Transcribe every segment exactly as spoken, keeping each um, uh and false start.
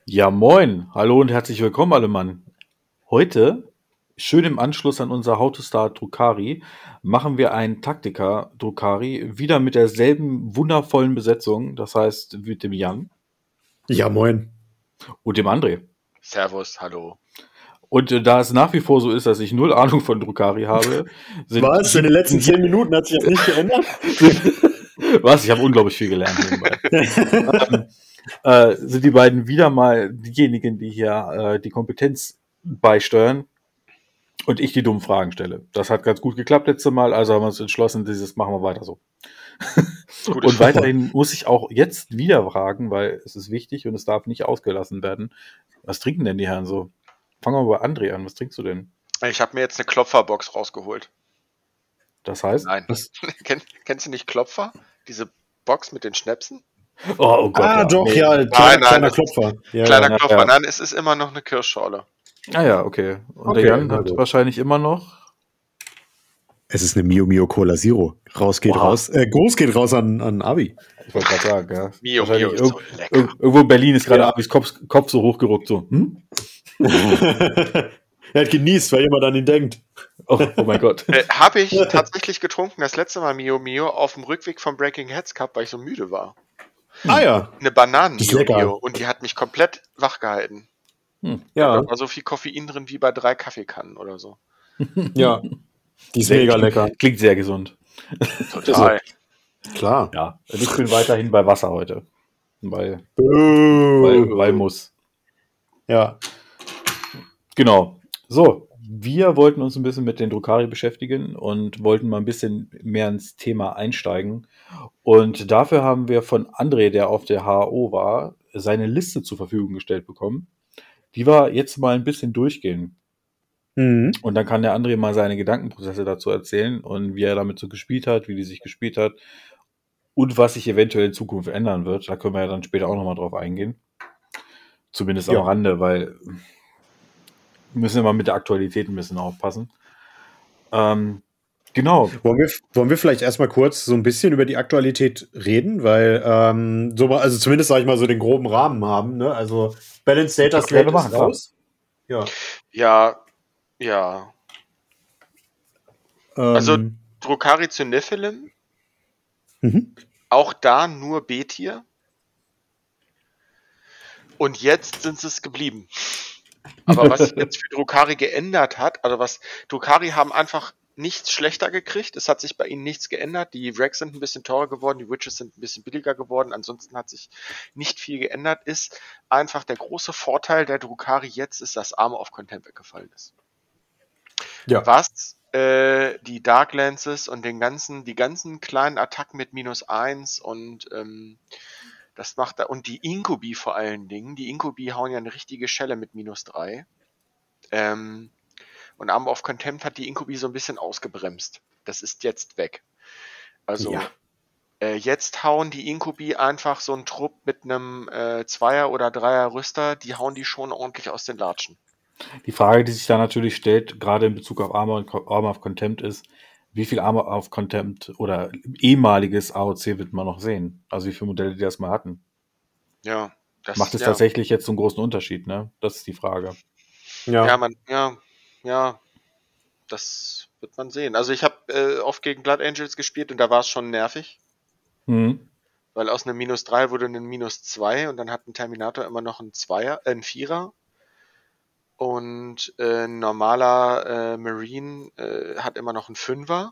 Ja, moin. Hallo und herzlich willkommen, alle Mann. Heute, schön im Anschluss an unser How to Start Drukhari, machen wir einen Taktika Drukhari wieder mit derselben wundervollen Besetzung. Das heißt, mit dem Jan Ja, moin. und dem André. Servus, hallo. Und äh, da es nach wie vor so ist, dass ich null Ahnung von Drukhari habe, sind Was? In den letzten zehn Minuten hat sich das nicht geändert? Was? Ich habe unglaublich viel gelernt nebenbei. ähm, äh, sind die beiden wieder mal diejenigen, die hier äh, die Kompetenz beisteuern und ich die dummen Fragen stelle. Das hat ganz gut geklappt letztes Mal, also haben wir uns entschlossen, dieses machen wir weiter so. Und weiterhin muss ich auch jetzt wieder fragen, weil es ist wichtig und es darf nicht ausgelassen werden. Was trinken denn die Herren so? Fangen wir mal bei André an. Was trinkst du denn? Ich habe mir jetzt eine Klopferbox rausgeholt. Das heißt? Nein. Kenn, kennst du nicht Klopfer? Diese Box mit den Schnäpsen? Oh, oh Gott. Ah, ja. doch, Nee. ja. Nein, Kleiner, nein, kleiner das ist- Klopfer. Ja, Kleiner ja, Klopfer. ja. Nein, es ist immer noch eine Kirschschorle. Ah ja, okay. Und Okay, der Jan na hat gut. wahrscheinlich immer noch. Es ist eine Mio Mio Cola Zero. Raus geht Wow. raus. Äh, Gruß geht raus an, an Abi. Ich wollte gerade sagen, ja. Mio, Wahrscheinlich Mio ist so irg- lecker. irg- irgendwo in Berlin ist gerade Ja. Abis Kopf, Kopf so hochgerückt, so. Hm? Er hat genießt, weil jemand an ihn denkt. Oh, oh mein Gott. Äh, habe ich tatsächlich getrunken, das letzte Mal Mio Mio, auf dem Rückweg vom Breaking Heads Cup, weil ich so müde war. Ah ja. Eine Bananen Das ist Mio lecker. Mio und die hat mich komplett wach gehalten. Ja, Da war so viel Koffein drin wie bei drei Kaffeekannen oder so. ja. Die ist Sehr- mega klingt, lecker. Klingt sehr gesund. Total. Klar. Ja, und ich bin weiterhin bei Wasser heute. Weil, Boo. weil, weil muss. Ja. Genau. So, wir wollten uns ein bisschen mit den Drukhari beschäftigen und wollten mal ein bisschen mehr ins Thema einsteigen. Und dafür haben wir von André, der auf der H O war, seine Liste zur Verfügung gestellt bekommen. Die wir jetzt mal ein bisschen durchgehen. Mhm. Und dann kann der André mal seine Gedankenprozesse dazu erzählen und wie er damit so gespielt hat, wie die sich gespielt hat und was sich eventuell in Zukunft ändern wird. Da können wir ja dann später auch nochmal drauf eingehen. Zumindest Ja. am Rande, weil wir müssen immer mit der Aktualität ein bisschen aufpassen. Ähm, genau. Wollen wir, wollen wir vielleicht erstmal kurz so ein bisschen über die Aktualität reden, weil ähm, so mal, also zumindest sage ich mal so den groben Rahmen haben, ne? Also Balance Data Das können Slate wir ist machen, klar. raus. Ja. Ja, ja. Ähm, Also Drukhari zu Nephilim, mhm. auch da nur B-Tier. Und jetzt sind es geblieben. Aber was sich jetzt für Drukhari geändert hat, also was Drukhari haben einfach nichts schlechter gekriegt, es hat sich bei ihnen nichts geändert, die Racks sind ein bisschen teurer geworden, die Witches sind ein bisschen billiger geworden, ansonsten hat sich nicht viel geändert, ist einfach der große Vorteil der Drukhari jetzt ist, dass Armor of Contempt weggefallen ist. Ja. Was äh, die Dark Lances und den ganzen, die ganzen kleinen Attacken mit minus eins und ähm, das macht da, und die Inkubi vor allen Dingen, die Inkubi hauen ja eine richtige Schelle mit minus drei. Ähm, und Armor of Contempt hat die Inkubi so ein bisschen ausgebremst. Das ist jetzt weg. Also Ja. äh, jetzt hauen die Inkubi einfach so einen Trupp mit einem äh, Zweier- oder Dreier-Rüster, die hauen die schon ordentlich aus den Latschen. Die Frage, die sich da natürlich stellt, gerade in Bezug auf Armor, Armor of Contempt ist, wie viel Armor of Contempt oder ehemaliges A O C wird man noch sehen? Also wie viele Modelle die das mal hatten? Ja, das Macht es ja. tatsächlich jetzt so einen großen Unterschied, ne? Das ist die Frage. Ja. Ja, man, ja, ja, das wird man sehen. Also ich habe äh, oft gegen Blood Angels gespielt und da war es schon nervig, Mhm. weil aus einem minus drei wurde ein minus zwei und dann hat ein Terminator immer noch ein Zweier, äh, ein Vierer und äh, ein normaler äh, Marine äh, hat immer noch einen Fünfer,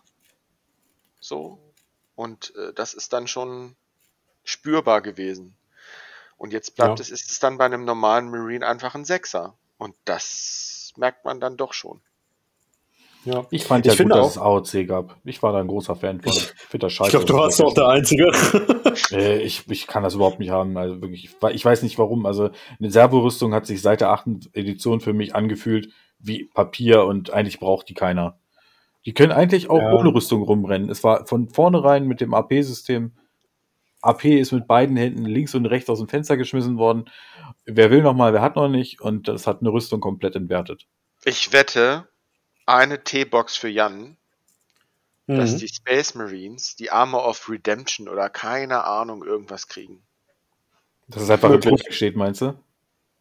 so, und äh, das ist dann schon spürbar gewesen. Und jetzt bleibt Ja. es, ist es dann bei einem normalen Marine einfach ein Sechser und das merkt man dann doch schon. Ja. Ich fand Ich ja finde gut, dass auch- es A O C gab. Ich war da ein großer Fan von. Ich finde das Ich scheiße. glaube, du dass warst es doch der Einzige. Äh, ich, ich kann das überhaupt nicht haben. Also wirklich, ich, we- ich weiß nicht warum. Also eine Servorüstung hat sich seit der achten Edition für mich angefühlt wie Papier und eigentlich braucht die keiner. Die können eigentlich auch Ja. ohne Rüstung rumrennen. Es war von vornherein mit dem A P-System. A P ist mit beiden Händen links und rechts aus dem Fenster geschmissen worden. Wer will noch mal, wer hat noch nicht. Und das hat eine Rüstung komplett entwertet. Ich wette, eine T-Box für Jan, dass Mhm. die Space Marines die Armor of Redemption oder keine Ahnung irgendwas kriegen. Dass es einfach im Möglich. Druck steht, meinst du?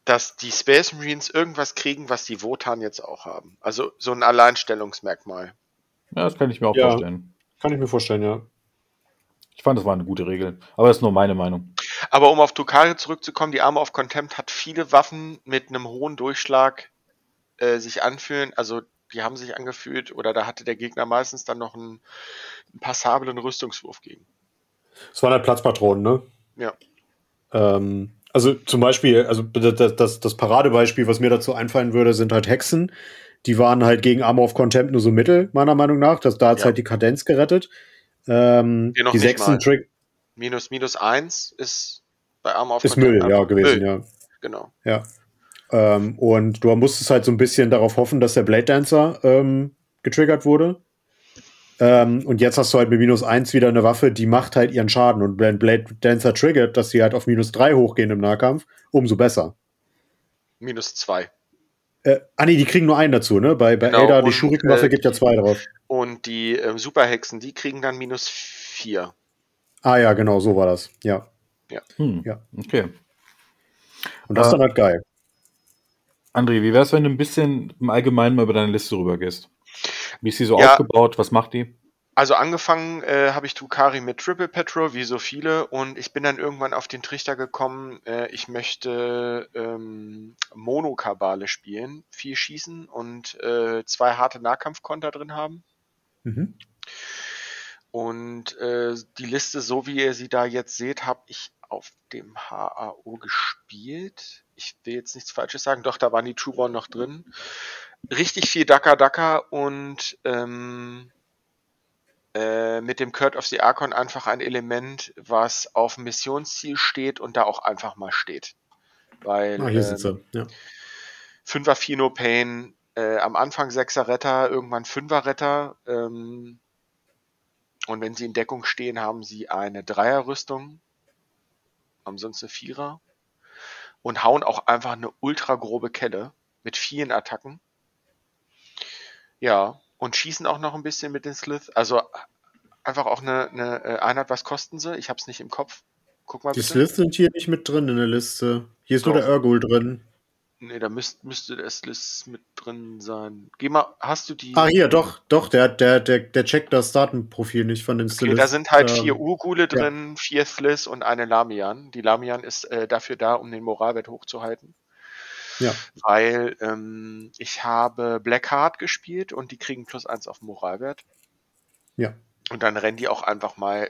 dass die Space Marines irgendwas kriegen, was die Wotan jetzt auch haben. Also so ein Alleinstellungsmerkmal. Ja, das kann ich mir auch Ja. vorstellen. Kann ich mir vorstellen, ja. Ich fand, das war eine gute Regel. Aber das ist nur meine Meinung. Aber um auf Drukhari zurückzukommen, die Armor of Contempt hat viele Waffen mit einem hohen Durchschlag äh, sich anfühlen. Also die haben sich angefühlt, oder da hatte der Gegner meistens dann noch einen, einen passablen Rüstungswurf gegen. Es waren halt Platzpatronen, ne? Ja. Ähm, also zum Beispiel, also das, das, das Paradebeispiel, was mir dazu einfallen würde, sind halt Hexen. Die waren halt gegen Armor of Contempt nur so mittel, meiner Meinung nach. Das, da hat Ja. halt die Kadenz gerettet. Ähm, Hier noch die nicht Sechsen mal. Trick Minus, minus eins ist bei Armor of ist Contempt Müll, ja, einfach gewesen, Müll. ja. Genau. Ja. Ähm, und du musstest halt so ein bisschen darauf hoffen, dass der Blade Dancer ähm, getriggert wurde. Ähm, und jetzt hast du halt mit minus eins wieder eine Waffe, die macht halt ihren Schaden. Und wenn Blade Dancer triggert, dass sie halt auf minus drei hochgehen im Nahkampf, umso besser. Minus zwei. Äh, ah nee, die kriegen nur einen dazu, ne? Bei, bei Genau, Ada, die und, Shuriken-Waffe äh, gibt ja zwei drauf. Und die äh, Superhexen, die kriegen dann minus vier. Ah ja, genau, so war das. Ja. Hm. Ja. Okay. Und das ist Äh, dann halt geil. André, wie wär's, wenn du ein bisschen im Allgemeinen mal über deine Liste rübergehst? Wie ist sie so Ja. aufgebaut? Was macht die? Also angefangen äh, habe ich Drukhari mit Triple Petro, wie so viele, und ich bin dann irgendwann auf den Trichter gekommen, äh, ich möchte ähm, Monokabale spielen, viel schießen und äh, zwei harte Nahkampfkonter drin haben. Mhm. Und äh, die Liste, so wie ihr sie da jetzt seht, habe ich auf dem H A O gespielt. Ich will jetzt nichts Falsches sagen, doch, da waren die Trueborn noch drin. Richtig viel Daka Daka und ähm, äh, mit dem Curse of the Archon einfach ein Element, was auf dem Missionsziel steht und da auch einfach mal steht. Weil Ah, hier ähm, sitzt er. Ja. Fünfer Fino Pain, äh, am Anfang Sechser Retter, irgendwann Fünfer Retter. Ähm, und wenn sie in Deckung stehen, haben sie eine Dreierrüstung, haben sonst eine Vierer und hauen auch einfach eine ultra grobe Kelle mit vielen Attacken. Ja, und schießen auch noch ein bisschen mit den Slith. Also einfach auch eine, eine Einheit, was kosten sie? Ich hab's nicht im Kopf. Guck mal Die bitte. Sliths sind hier nicht mit drin in der Liste. Hier ist nur Doch. der Urgul drin. Nee, da müsst, müsste der Slith mit drin sein. Geh mal, hast du die... Ah, hier, doch, doch, der, der, der, der checkt das Datenprofil nicht von den Okay, Sliths. da sind halt Ähm, vier Urgule drin, vier Sliths und eine Lamian. Die Lamian ist äh, dafür da, um den Moralwert hochzuhalten. Ja. Weil ähm, ich habe Blackheart gespielt und die kriegen plus eins auf den Moralwert. Ja. Und dann rennen die auch einfach mal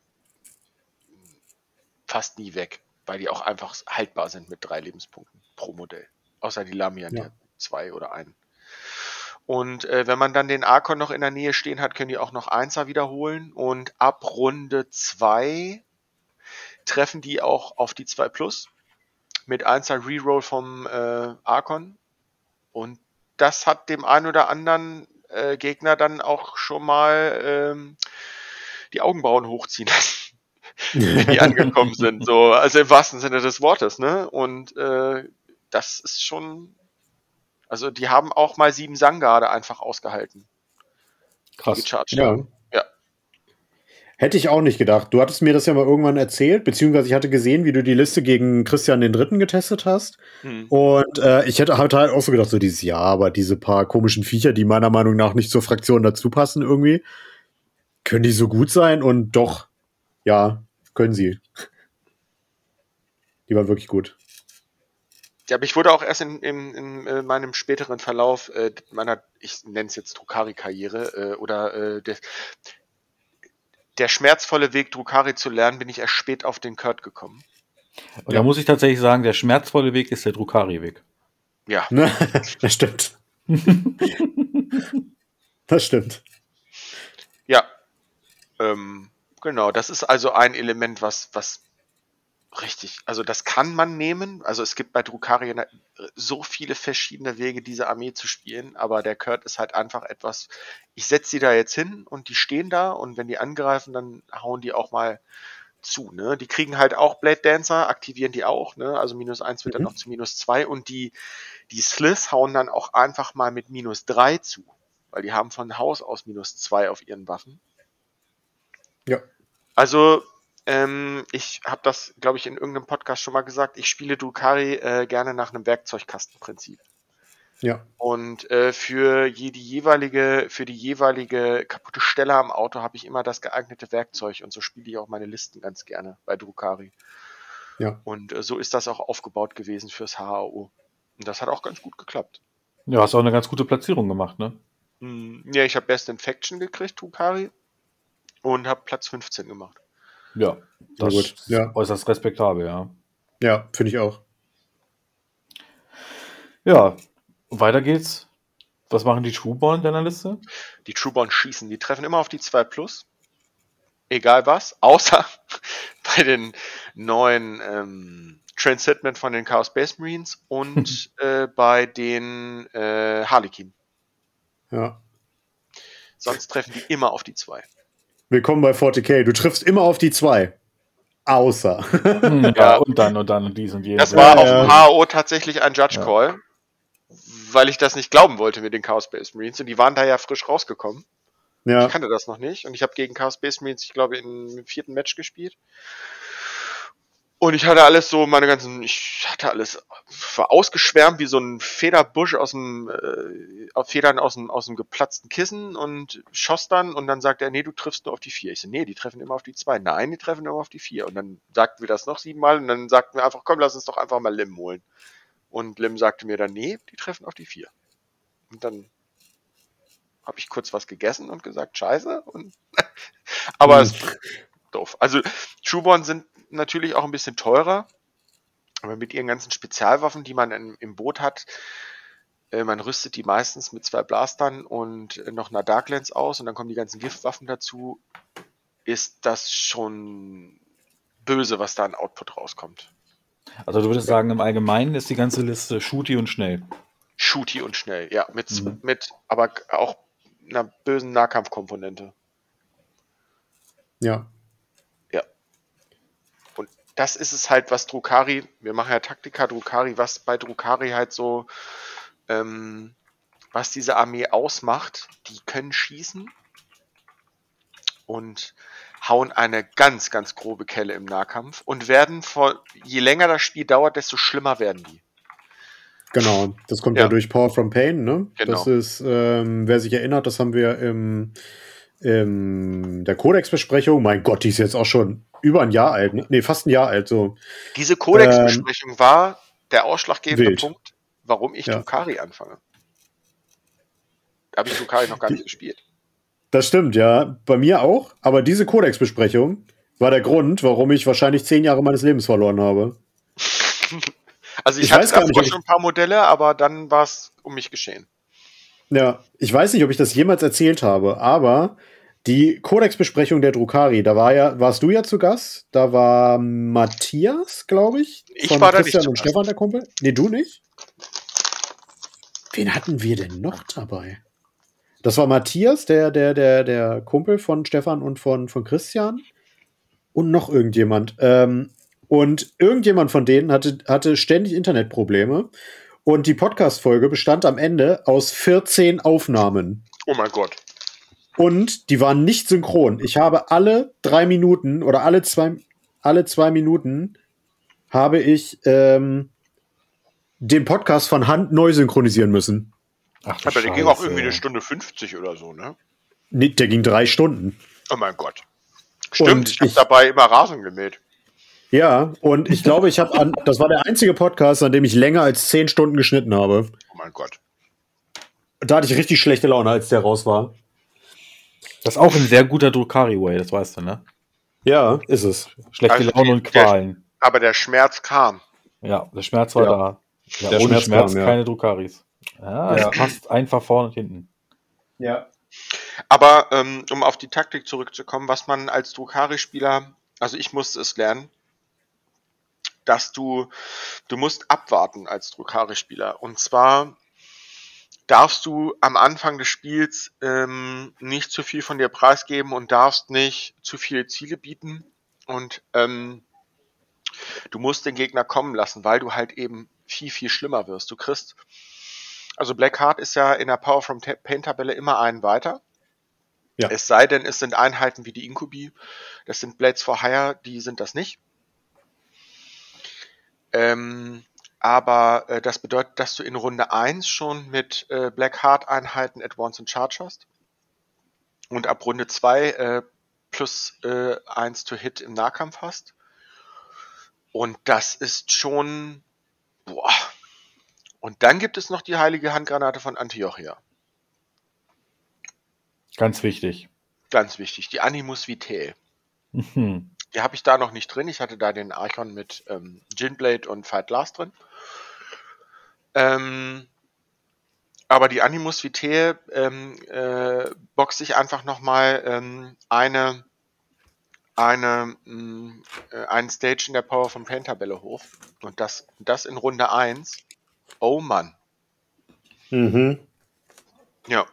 fast nie weg, weil die auch einfach haltbar sind mit drei Lebenspunkten pro Modell. Außer die Lamian, Ja. die hat zwei oder einen. Und äh, wenn man dann den Archon noch in der Nähe stehen hat, können die auch noch Einser wiederholen. Und ab Runde zwei treffen die auch auf die zwei plus mit Einser Reroll vom äh, Archon. Und das hat dem einen oder anderen äh, Gegner dann auch schon mal ähm, die Augenbrauen hochziehen lassen, wenn die angekommen sind. So, also im wahrsten Sinne des Wortes, ne? Und äh, das ist schon. Also die haben auch mal sieben Sangarde einfach ausgehalten. Krass. Die gecharged Ja. haben. Ja. Hätte ich auch nicht gedacht. Du hattest mir das ja mal irgendwann erzählt, beziehungsweise ich hatte gesehen, wie du die Liste gegen Christian den Dritten getestet hast. Hm. Und äh, ich hätte hatte halt auch so gedacht, so dieses, ja, aber diese paar komischen Viecher, die meiner Meinung nach nicht zur Fraktion dazu passen irgendwie, können die so gut sein? Und doch, ja, können sie. Die waren wirklich gut. Ja, aber ich wurde auch erst in, in, in, in meinem späteren Verlauf äh, meiner, ich nenne es jetzt Drukhari-Karriere, äh, oder äh, der, der schmerzvolle Weg, Drukhari zu lernen, bin ich erst spät auf den Kurt gekommen. Und Ja. da muss ich tatsächlich sagen, der schmerzvolle Weg ist der Drukhari-Weg. Ja. Das stimmt. Das stimmt. Ja. Ähm, genau, das ist also ein Element, was, was richtig, also das kann man nehmen. Also es gibt bei Drukhari so viele verschiedene Wege, diese Armee zu spielen, aber der Kurt ist halt einfach etwas, ich setze die da jetzt hin und die stehen da und wenn die angreifen, dann hauen die auch mal zu, ne? Die kriegen halt auch Blade Dancer, aktivieren die auch, ne? Also minus eins wird dann Mhm. noch zu minus zwei und die, die Sliths hauen dann auch einfach mal mit minus drei zu, weil die haben von Haus aus minus zwei auf ihren Waffen. Ja. Also Ähm, ich habe das, glaube ich, in irgendeinem Podcast schon mal gesagt. Ich spiele Drukhari äh, gerne nach einem Werkzeugkastenprinzip. Ja. Und äh, für je, die jeweilige, für die jeweilige kaputte Stelle am Auto habe ich immer das geeignete Werkzeug und so spiele ich auch meine Listen ganz gerne bei Drukhari. Ja. Und äh, so ist das auch aufgebaut gewesen fürs H A O. Und das hat auch ganz gut geklappt. Ja, hast auch eine ganz gute Platzierung gemacht, ne? Hm, ja, ich habe Best Infection gekriegt, Drukhari, und habe Platz fünfzehn gemacht. Ja, das gut. ist Ja. äußerst respektabel, ja. Ja, finde ich auch. Ja, weiter geht's. Was machen die Trueborn in deiner Liste? Die Trueborn schießen, die treffen immer auf die zwei plus. Egal was, außer bei den neuen ähm, Transitment von den Chaos Space Marines und äh, bei den äh, Harlequin. Ja. Sonst treffen die immer auf die zwei. Willkommen bei forty K. Du triffst immer auf die zwei. Außer. Hm, ja, und dann und dann und dies und jenes. Das war Ja, auf ja. dem H A O tatsächlich ein Judge Ja. Call, weil ich das nicht glauben wollte mit den Chaos Space Marines und die waren da ja frisch rausgekommen. Ja. Ich kannte das noch nicht und ich habe gegen Chaos Space Marines, ich glaube, im vierten Match gespielt. Und ich hatte alles so, meine ganzen, ich hatte alles war ausgeschwärmt wie so ein Federbusch aus dem, äh, auf Federn aus dem, aus dem geplatzten Kissen und schoss dann und dann sagt er, nee, du triffst nur auf die vier. Ich so, nee, die treffen immer auf die zwei. Nein, die treffen immer auf die vier. Und dann sagten wir das noch siebenmal und dann sagten wir einfach, komm, lass uns doch einfach mal Lim holen. Und Lim sagte mir dann, nee, die treffen auf die vier. Und dann habe ich kurz was gegessen und gesagt, scheiße. Und aber es ist doof. Also Trueborn sind natürlich auch ein bisschen teurer, aber mit ihren ganzen Spezialwaffen, die man in, im Boot hat, äh, man rüstet die meistens mit zwei Blastern und äh, noch einer Darklance aus und dann kommen die ganzen Giftwaffen dazu, ist das schon böse, was da an Output rauskommt. Also du würdest sagen, im Allgemeinen ist die ganze Liste shooty und schnell. Shooty und schnell, ja, mit, Mhm. mit aber auch einer bösen Nahkampfkomponente. Ja. Und das ist es halt, was Drukhari, wir machen ja Taktika Drukhari, was bei Drukhari halt so, ähm, was diese Armee ausmacht, die können schießen und hauen eine ganz, ganz grobe Kelle im Nahkampf und werden, vor, je länger das Spiel dauert, desto schlimmer werden die. Genau, das kommt ja, Ja. durch Power from Pain, ne? Genau. Das ist, ähm, wer sich erinnert, das haben wir im, im der Codex-Besprechung, mein Gott, die ist jetzt auch schon über ein Jahr alt, ne? Nee, fast ein Jahr alt, so. Diese Codex-Besprechung war der ausschlaggebende wild. Punkt, warum ich Ja. Drukhari anfange. Da habe ich Drukhari noch gar nicht Die- gespielt. Das stimmt, ja. Bei mir auch, aber diese Codex-Besprechung war der Grund, warum ich wahrscheinlich zehn Jahre meines Lebens verloren habe. Also ich, Ich hatte weiß gar davor nicht, ob ich- schon ein paar Modelle, aber dann war es um mich geschehen. Ja, ich weiß nicht, ob ich das jemals erzählt habe, aber die Codex-Besprechung der Drukhari, da war ja, warst du ja zu Gast, da war Matthias, glaube ich, Ich von war da nicht Christian zu und Gast. Stefan, der Kumpel. Nee, du nicht? Wen hatten wir denn noch dabei? Das war Matthias, der, der, der, der Kumpel von Stefan und von, von Christian. Und noch irgendjemand. Ähm, und irgendjemand von denen hatte, hatte ständig Internetprobleme. Und die Podcast-Folge bestand am Ende aus vierzehn Aufnahmen. Oh mein Gott. Und die waren nicht synchron. Ich habe alle drei Minuten oder alle zwei, alle zwei Minuten habe ich ähm, den Podcast von Hand neu synchronisieren müssen. Ach, du Aber der ging auch Scheiße. irgendwie eine Stunde fünfzig oder so, ne? Nee, der ging drei Stunden. Oh mein Gott. Stimmt, Und ich habe ich- dabei immer Rasen gemäht. Ja, und ich glaube, ich habe an, das war der einzige Podcast, an dem ich länger als zehn Stunden geschnitten habe. Oh mein Gott. Da hatte ich richtig schlechte Laune, als der raus war. Das ist auch ein sehr guter Drukhari-Way, das weißt du, ne? Ja, ist es. Schlechte Also Laune die- und Qualen. Aber der Schmerz kam. Ja, der Schmerz war Ja. da. Ja, Der ohne Schmerz Schmerz, kam, ja. keine Drukkaris. Ja, Ja. es passt einfach vorne und hinten. Ja. Aber ähm, um auf die Taktik zurückzukommen, was man als Drukhari-Spieler, also ich musste es lernen, dass du, du musst abwarten als Drukhari-Spieler. Und zwar darfst du am Anfang des Spiels ähm, nicht zu viel von dir preisgeben und darfst nicht zu viele Ziele bieten. Und ähm, du musst den Gegner kommen lassen, weil du halt eben viel, viel schlimmer wirst. Du kriegst, also Blackheart ist ja in der Power from Pain Tabelle immer einen weiter. Ja. Es sei denn, es sind Einheiten wie die Inkubi, das sind Blades for Hire, die sind das nicht. Ähm, aber äh, das bedeutet, dass du in Runde eins schon mit äh, Black Heart Einheiten Advance und Charge hast. Und ab Runde zwei äh, plus äh, eins to Hit im Nahkampf hast. Und das ist schon... Boah. Und dann gibt es noch die heilige Handgranate von Antiochia. Ganz wichtig. Ganz wichtig, die Animus Vitae. Mhm. Die habe ich da noch nicht drin. Ich hatte da den Archon mit ähm, Ginblade und Fight Blast drin. Ähm, aber die Animus Vitae ähm, äh, boxt sich einfach nochmal ähm, eine, eine, mh, äh, einen Stage in der Power von Pain-Tabelle hoch. Und das, das in Runde eins. Oh Mann. Mhm. Ja.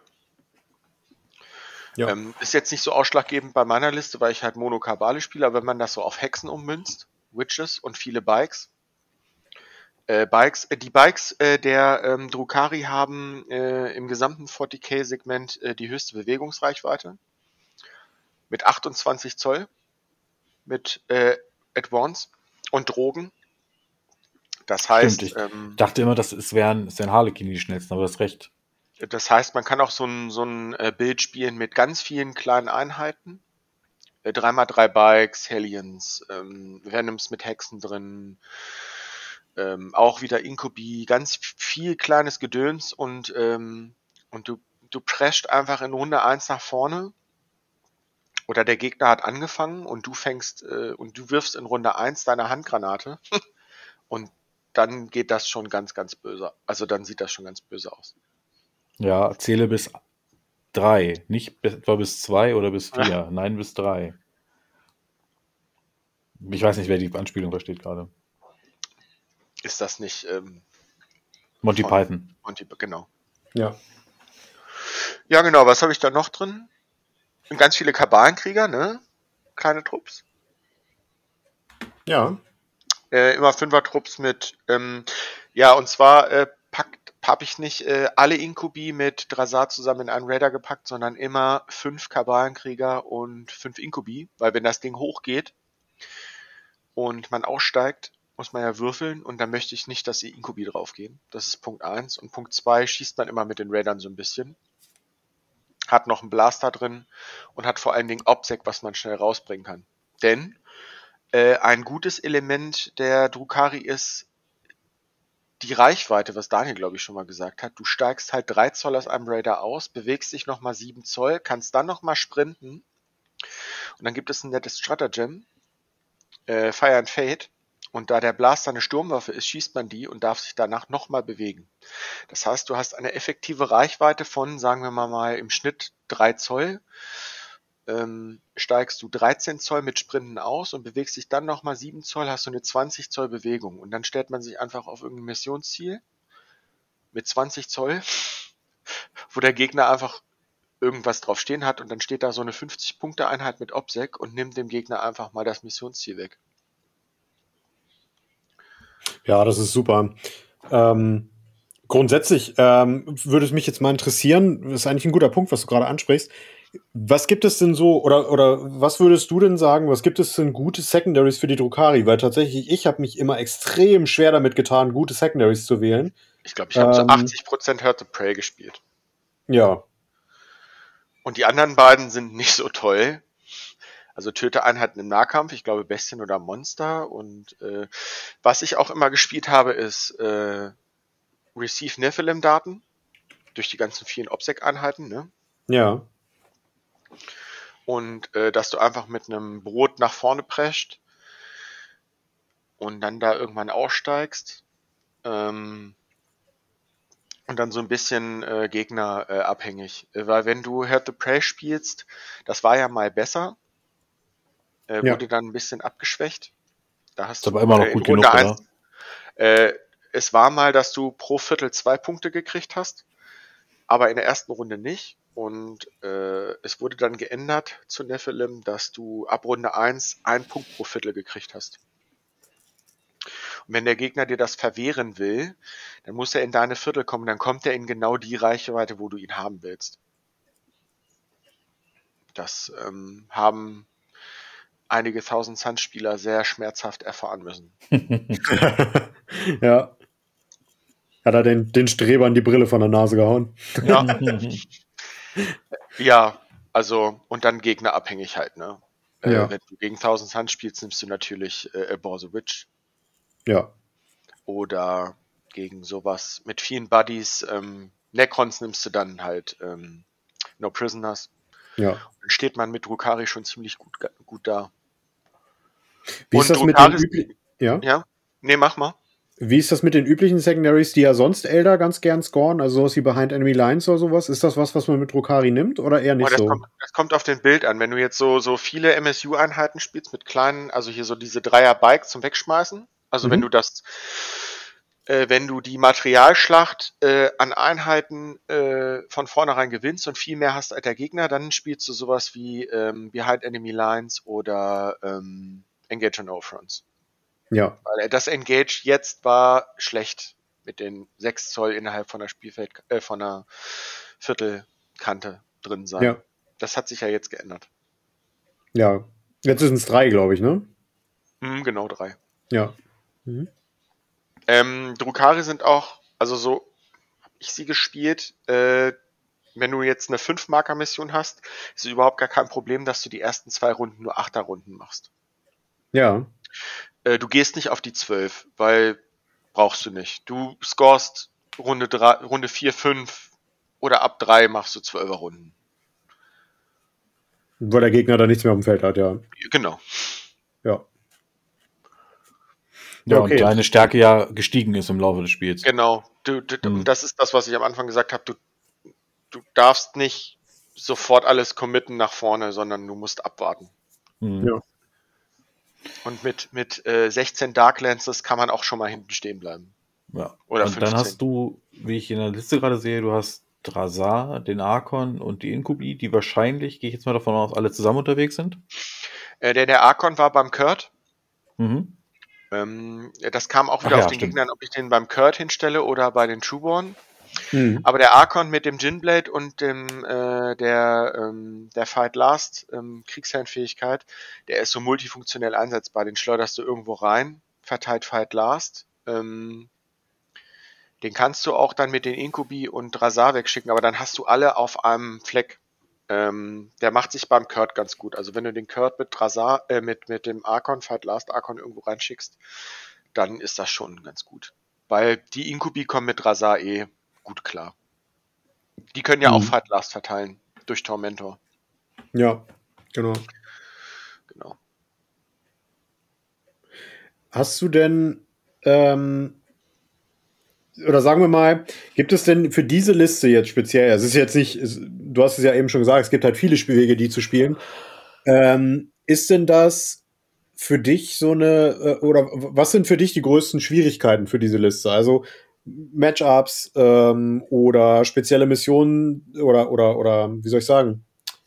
Ja. Ähm, ist jetzt nicht so ausschlaggebend bei meiner Liste, weil ich halt Monokabale spiele, aber wenn man das so auf Hexen ummünzt, Witches und viele Bikes, äh, Bikes, äh, die Bikes äh, der ähm, Drukhari haben äh, im gesamten vierzig K-Segment äh, die höchste Bewegungsreichweite mit achtundzwanzig Zoll, mit äh, Advance und Drogen. Das heißt, Stimmt, ich ähm, dachte immer, das es wären, es wären Harlequin die schnellsten, aber du hast recht. das heißt, man kann auch so ein, so ein äh, Bild spielen mit ganz vielen kleinen Einheiten. drei mal drei Bikes, Hellions, ähm, Venoms mit Hexen drin, ähm, auch wieder Inkubi, ganz viel kleines Gedöns und, ähm, und du, du prescht einfach in Runde eins nach vorne oder der Gegner hat angefangen und du fängst äh, und du wirfst in Runde eins deine Handgranate und dann geht das schon ganz, ganz böse. Also dann sieht das schon ganz böse aus. Ja, zähle bis drei. Nicht bis- etwa bis zwei oder bis vier. Nein, bis drei. Ich weiß nicht, wer die Anspielung versteht gerade. Ist das nicht ähm, Monty von Python. Monty, genau. Ja. Ja, genau, was habe ich da noch drin? Ganz viele Kabalenkrieger, ne? Kleine Trupps. Ja. Äh, immer Fünfer-Trupps mit, ähm, ja, und zwar äh, packt, habe ich nicht äh, alle Inkubi mit Drazar zusammen in einen Raider gepackt, sondern immer fünf Kabalenkrieger und fünf Inkubi, weil wenn das Ding hochgeht und man aussteigt, muss man ja würfeln und dann möchte ich nicht, dass die Inkubi draufgehen. Das ist Punkt eins. Und Punkt zwei schießt man immer mit den Raidern so ein bisschen. Hat noch einen Blaster drin und hat vor allen Dingen Obsec, was man schnell rausbringen kann. Denn äh, ein gutes Element der Drukhari ist die Reichweite, was Daniel, glaube ich, schon mal gesagt hat. Du steigst halt drei Zoll aus einem Raider aus, bewegst dich nochmal sieben Zoll, kannst dann nochmal sprinten. Und dann gibt es ein nettes Stratagem, äh, Fire and Fate. Und da der Blaster eine Sturmwaffe ist, schießt man die und darf sich danach nochmal bewegen. Das heißt, du hast eine effektive Reichweite von, sagen wir mal, mal im Schnitt drei Zoll. Ähm, steigst du dreizehn Zoll mit Sprinten aus und bewegst dich dann nochmal sieben Zoll, hast du eine zwanzig Zoll Bewegung. Und dann stellt man sich einfach auf irgendein Missionsziel mit zwanzig Zoll, wo der Gegner einfach irgendwas drauf stehen hat und dann steht da so eine fünfzig-Punkte-Einheit mit Obsec und nimmt dem Gegner einfach mal das Missionsziel weg. Ja, das ist super. Ähm, grundsätzlich ähm, würde es mich jetzt mal interessieren, das ist eigentlich ein guter Punkt, was du gerade ansprichst. Was gibt es denn so, oder, oder was würdest du denn sagen, was gibt es denn gute Secondaries für die Drukhari? Weil tatsächlich, ich habe mich immer extrem schwer damit getan, gute Secondaries zu wählen. Ich glaube, ich habe so Ähm, achtzig Prozent Hurt the Prey gespielt. Ja, Und die anderen beiden sind nicht so toll. Also töte Einheiten im Nahkampf, ich glaube Bestien oder Monster. Und äh, was ich auch immer gespielt habe, ist äh, Receive Nephilim-Daten durch die ganzen vielen Obsec-Einheiten, ne? ja, Und äh, dass du einfach mit einem Brot nach vorne prescht und dann da irgendwann aussteigst ähm, und dann so ein bisschen äh, Gegner äh, abhängig. Äh, weil wenn du Hurt the Prey spielst, das war ja mal besser, äh, ja. wurde dann ein bisschen abgeschwächt. Da hast Ist aber du immer noch äh, in gut Runde genug, eins, oder? äh, es war mal, dass du pro Viertel zwei Punkte gekriegt hast, aber in der ersten Runde nicht. Und äh, es wurde dann geändert zu Nephilim, dass du ab Runde eins einen Punkt pro Viertel gekriegt hast. Und wenn der Gegner dir das verwehren will, dann muss er in deine Viertel kommen, dann kommt er in genau die Reichweite, wo du ihn haben willst. Das ähm, haben einige Thousand Suns Spieler sehr schmerzhaft erfahren müssen. Ja. Hat er den, den Strebern die Brille von der Nase gehauen? Ja. Ja, also, und dann gegnerabhängig halt, ne? Äh, Ja. Wenn du gegen Thousand Suns spielst, nimmst du natürlich äh, Abhor the Witch. Ja. Oder gegen sowas mit vielen Buddies. Ähm, Necrons nimmst du dann halt ähm, No Prisoners. Ja. Dann steht man mit Drukhari schon ziemlich gut, gut da. Wie ist Und das mit den Drukhari- üblichen? Ja. Ja? Nee, mach mal. Wie ist das mit den üblichen Secondaries, die ja sonst Elder ganz gern scoren, also sowas wie Behind Enemy Lines oder sowas? Ist das was, was man mit Drukhari nimmt oder eher nicht Oh, das, so? kommt, das kommt auf den Bild an. Wenn du jetzt so, so viele M S U-Einheiten spielst mit kleinen, also hier so diese Dreier-Bikes zum Wegschmeißen, also Mhm. wenn du das, äh, wenn du die Materialschlacht äh, an Einheiten äh, von vornherein gewinnst und viel mehr hast als der Gegner, dann spielst du sowas wie ähm, Behind Enemy Lines oder ähm, Engage on No-Fronts. Ja. Weil das Engage jetzt war schlecht mit den sechs Zoll innerhalb von der Spielfeld, äh, von der Viertelkante drin sein. Ja. Das hat sich ja jetzt geändert. Ja. Jetzt sind es drei, glaube ich, ne? Hm, genau drei. Ja. Mhm. Ähm, Drukhari sind auch, also so habe ich sie gespielt, äh, wenn du jetzt eine fünf-Marker-Mission hast, ist es überhaupt gar kein Problem, dass du die ersten zwei Runden nur Achter-Runden machst. Ja. Äh, du gehst nicht auf die zwölf, weil brauchst du nicht. Du scorest Runde drei, Runde vier, fünf oder ab drei machst du zwölfer Runden. Weil der Gegner da nichts mehr auf dem Feld hat, ja. Genau. Ja. Ja, Okay. und deine Stärke ja gestiegen ist im Laufe des Spiels. Genau. Du, du, Hm. Und das ist das, was ich am Anfang gesagt habe. Du, du darfst nicht sofort alles committen nach vorne, sondern du musst abwarten. Hm. Ja. Und mit, mit äh, sechzehn Darklances kann man auch schon mal hinten stehen bleiben. Ja. Oder und dann fünfzehn. hast du, wie ich in der Liste gerade sehe, du hast Drazar, den Archon und die Inkubi, die wahrscheinlich, gehe ich jetzt mal davon aus, alle zusammen unterwegs sind. Äh, der, der Archon war beim Kurt. Mhm. Ähm, das kam auch Ach wieder ja, auf den stimmt. Gegnern, ob ich den beim Kurt hinstelle oder bei den Trueborn. Mhm. Aber der Archon mit dem Ginblade und dem äh, der ähm, der Fight Last ähm, Kriegsherrenfähigkeit, der ist so multifunktionell einsetzbar. Den schleuderst du irgendwo rein, verteilt Fight Last. Ähm, den kannst du auch dann mit den Inkubi und Drazar wegschicken, aber dann hast du alle auf einem Fleck. Ähm, der macht sich beim Kurt ganz gut. Also wenn du den Kurt mit Drazar, äh, mit mit dem Archon Fight Last Archon irgendwo reinschickst, dann ist das schon ganz gut. Weil die Inkubi kommen mit Drazar eh gut klar. Die können ja auch Mhm. Fight Last verteilen durch Tormentor. Ja, genau. Genau. Hast du denn, ähm, oder sagen wir mal, gibt es denn für diese Liste jetzt speziell, es ist jetzt nicht, es, du hast es ja eben schon gesagt, es gibt halt viele Spielwege, die zu spielen. Ähm, ist denn das für dich so eine, äh, oder w- was sind für dich die größten Schwierigkeiten für diese Liste? Also Matchups ähm, oder spezielle Missionen oder, oder, oder, wie soll ich sagen?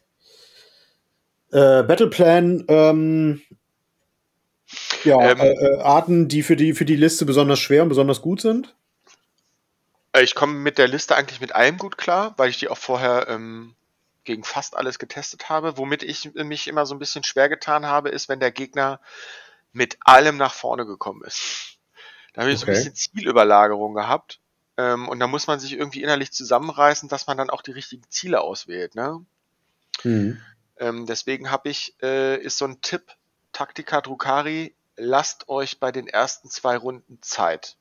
Äh, Battleplan, ähm, ja, Ähm, äh, äh, Arten, die für die, für die Liste besonders schwer und besonders gut sind? Äh, Ich komme mit der Liste eigentlich mit allem gut klar, weil ich die auch vorher ähm, gegen fast alles getestet habe. Womit ich mich immer so ein bisschen schwer getan habe, ist, wenn der Gegner mit allem nach vorne gekommen ist. Da habe ich so ein Okay. bisschen Zielüberlagerung gehabt. Ähm, und da muss man sich irgendwie innerlich zusammenreißen, dass man dann auch die richtigen Ziele auswählt. Ne? Mhm. Ähm, deswegen habe ich, äh, ist so ein Tipp, Taktika Drukhari, lasst euch bei den ersten zwei Runden Zeit.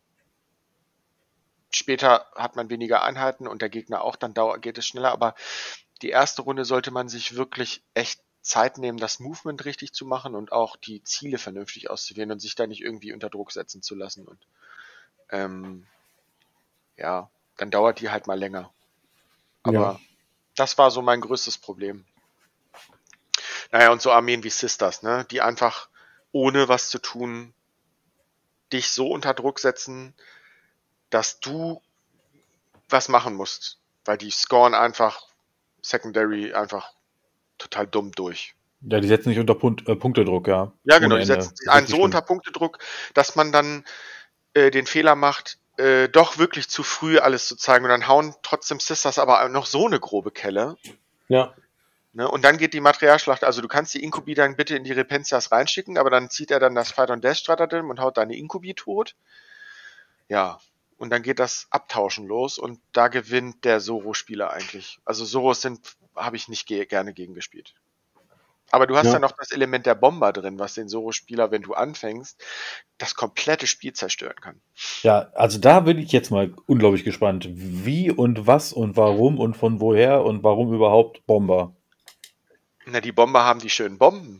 Später hat man weniger Einheiten und der Gegner auch, dann dauert, geht es schneller, aber die erste Runde sollte man sich wirklich echt Zeit nehmen, das Movement richtig zu machen und auch die Ziele vernünftig auszuwählen und sich da nicht irgendwie unter Druck setzen zu lassen. Und ähm, ja, dann dauert die halt mal länger. Aber Ja. das war so mein größtes Problem. Naja, und so Armeen wie Sisters, ne, die einfach ohne was zu tun dich so unter Druck setzen, dass du was machen musst. Weil die scoren einfach Secondary einfach total dumm durch. Ja, die setzen sich unter Punkt, äh, Punktedruck, ja. Ja, genau, Ohne die Ende. setzen sich Das ist einen richtig so unter schlimm. Punktedruck, dass man dann äh, den Fehler macht, äh, doch wirklich zu früh alles zu zeigen und dann hauen trotzdem Sisters aber noch so eine grobe Kelle, Ja. Ne? Und dann geht die Materialschlacht, also du kannst die Inkubi dann bitte in die Repenzias reinschicken, aber dann zieht er dann das Fight on Death Stratagem und haut deine Inkubi tot. Ja, und dann geht das Abtauschen los und da gewinnt der Zoro-Spieler eigentlich. Also Zoros sind, habe ich nicht ge- gerne gegen gespielt. Aber du hast ja. ja noch das Element der Bomber drin, was den Zoro-Spieler, wenn du anfängst, das komplette Spiel zerstören kann. Ja, also da bin ich jetzt mal unglaublich gespannt. Wie und was und warum und von woher und warum überhaupt Bomber? Na, die Bomber haben die schönen Bomben.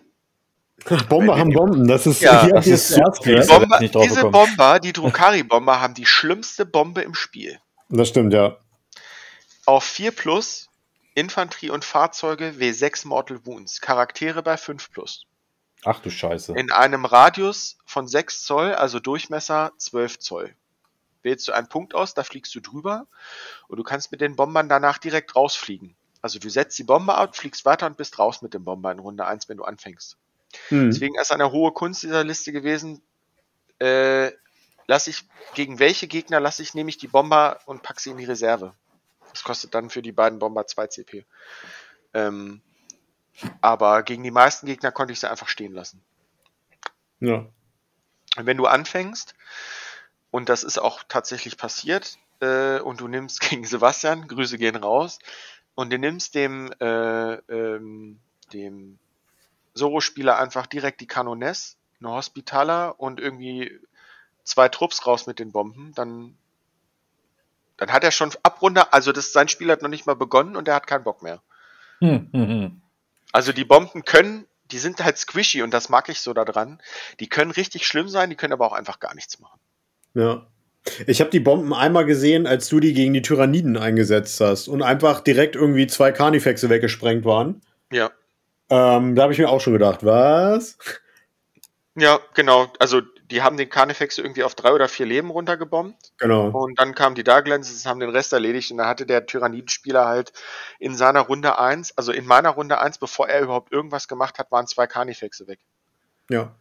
Bomber haben Bomben, das ist, ja, hier das ist das erste. Die Bomber, diese Bomber, die Drukhari-Bomber, haben die schlimmste Bombe im Spiel. Das stimmt, ja. Auf vier plus, Infanterie und Fahrzeuge W sechs Mortal Wounds, Charaktere bei fünf plus. Ach du Scheiße. In einem Radius von sechs Zoll, also Durchmesser zwölf Zoll. Wählst du einen Punkt aus, da fliegst du drüber und du kannst mit den Bombern danach direkt rausfliegen. Also du setzt die Bombe ab, fliegst weiter und bist raus mit dem Bomber in Runde eins, wenn du anfängst. Hm. Deswegen ist eine hohe Kunst dieser Liste gewesen, äh, lass ich, gegen welche Gegner lasse ich, nehme ich die Bomber und pack sie in die Reserve. Das kostet dann für die beiden Bomber zwei C P. Ähm, aber gegen die meisten Gegner konnte ich sie einfach stehen lassen. Ja. Und wenn du anfängst, und das ist auch tatsächlich passiert, äh, und du nimmst gegen Sebastian, Grüße gehen raus, und du nimmst dem, äh, ähm, dem Zoro-Spieler einfach direkt die Kanoness, eine Hospitaler und irgendwie zwei Trupps raus mit den Bomben, dann Dann hat er schon ab Runde, also das, sein Spiel hat noch nicht mal begonnen und er hat keinen Bock mehr. Hm, hm, hm. Also die Bomben können, die sind halt squishy und das mag ich so daran. Die können richtig schlimm sein, die können aber auch einfach gar nichts machen. Ja. Ich habe die Bomben einmal gesehen, als du die gegen die Tyranniden eingesetzt hast und einfach direkt irgendwie zwei Carnifexe weggesprengt waren. Ja. Ähm, da habe ich mir auch schon gedacht, was? Ja, genau. Also die haben den Carnifex irgendwie auf drei oder vier Leben runtergebombt. Genau. Und dann kamen die Darklances, haben den Rest erledigt und dann hatte der Tyrannidenspieler halt in seiner Runde eins, also in meiner Runde eins, bevor er überhaupt irgendwas gemacht hat, waren zwei Carnifexe weg. Ja.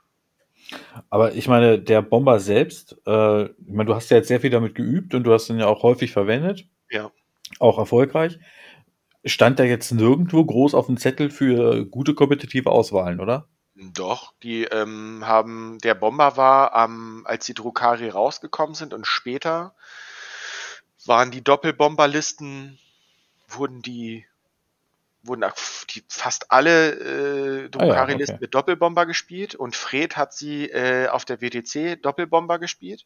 Aber ich meine, der Bomber selbst, äh, ich meine, du hast ja jetzt sehr viel damit geübt und du hast ihn ja auch häufig verwendet. Ja. Auch erfolgreich. Stand der jetzt nirgendwo groß auf dem Zettel für gute kompetitive Auswahlen, oder? Doch, die ähm, haben, der Bomber war, ähm, als die Drukhari rausgekommen sind und später waren die Doppelbomberlisten, wurden die, wurden die, fast alle äh, Drukhari-Listen ah ja, okay. mit Doppelbomber gespielt und Fred hat sie äh, auf der W T C Doppelbomber gespielt,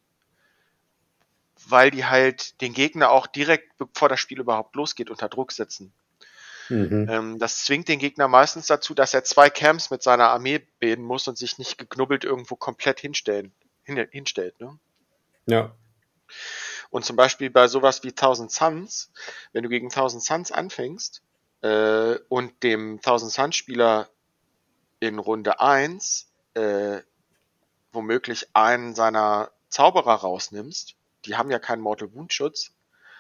weil die halt den Gegner auch direkt, bevor das Spiel überhaupt losgeht, unter Druck setzen. Mhm. Ähm, das zwingt den Gegner meistens dazu, dass er zwei Camps mit seiner Armee bilden muss und sich nicht geknubbelt irgendwo komplett hinstellen, hin, hinstellt. Ne? Ja. Und zum Beispiel bei sowas wie Thousand Suns, wenn du gegen Thousand Suns anfängst äh, und dem Thousand Suns Spieler in Runde eins äh, womöglich einen seiner Zauberer rausnimmst, die haben ja keinen Mortal Wound Schutz,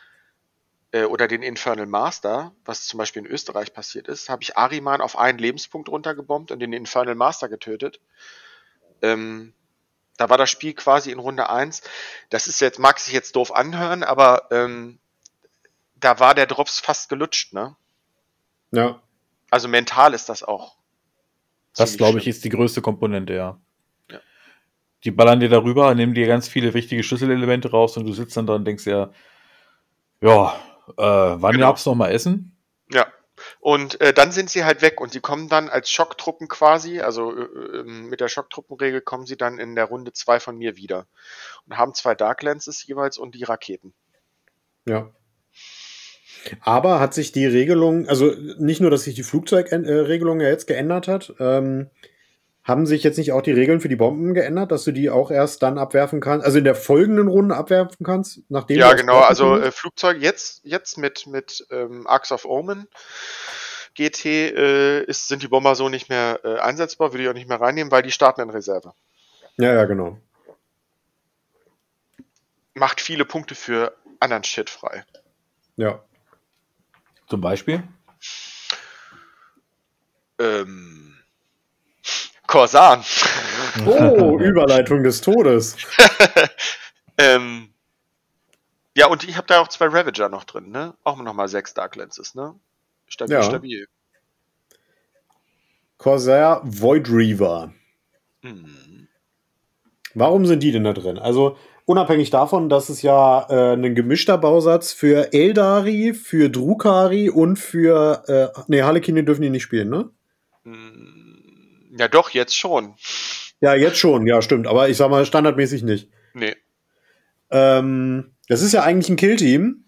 oder den Infernal Master, was zum Beispiel in Österreich passiert ist, habe ich Ahriman auf einen Lebenspunkt runtergebombt und den Infernal Master getötet. Ähm, da war das Spiel quasi in Runde eins. Das ist jetzt, mag sich jetzt doof anhören, aber ähm, da war der Drops fast gelutscht, ne? Ja. Also mental ist das auch. Das, glaube ich, ist die größte Komponente, ja. ja. Die ballern dir darüber, nehmen dir ganz viele wichtige Schlüsselelemente raus und du sitzt dann da und denkst ja, ja, Äh, wann genau. gab's noch mal Essen? Ja, und äh, dann sind sie halt weg und sie kommen dann als Schocktruppen quasi, also äh, mit der Schocktruppenregel kommen sie dann in der Runde zwei von mir wieder und haben zwei Darklances jeweils und die Raketen. Ja. Aber hat sich die Regelung, also nicht nur, dass sich die Flugzeugregelung ja jetzt geändert hat, ähm, haben sich jetzt nicht auch die Regeln für die Bomben geändert, dass du die auch erst dann abwerfen kannst, also in der folgenden Runde abwerfen kannst, nachdem Ja, du genau, also äh, Flugzeug jetzt, jetzt mit, mit ähm, Arcs of Omen G T äh, ist, sind die Bomber so nicht mehr äh, einsetzbar, würde ich auch nicht mehr reinnehmen, weil die starten in Reserve. Ja, ja, genau. Macht viele Punkte für anderen Shit frei. Ja. Zum Beispiel? Ähm... Korsan. Oh, Überleitung des Todes. ähm, ja, und ich habe da auch zwei Ravager noch drin, ne? Auch nochmal sechs Dark Lenses, ne? Stabil, ja. stabil. Corsair Void Reaver. Hm. Warum sind die denn da drin? Also unabhängig davon, dass es ja äh, ein gemischter Bausatz für Eldari, für Drukhari und für äh, ne, Harlequine dürfen die nicht spielen, ne? Ja doch, jetzt schon. Ja, jetzt schon, ja, stimmt. Aber ich sag mal, standardmäßig nicht. Nee. Ähm, das ist ja eigentlich ein Killteam,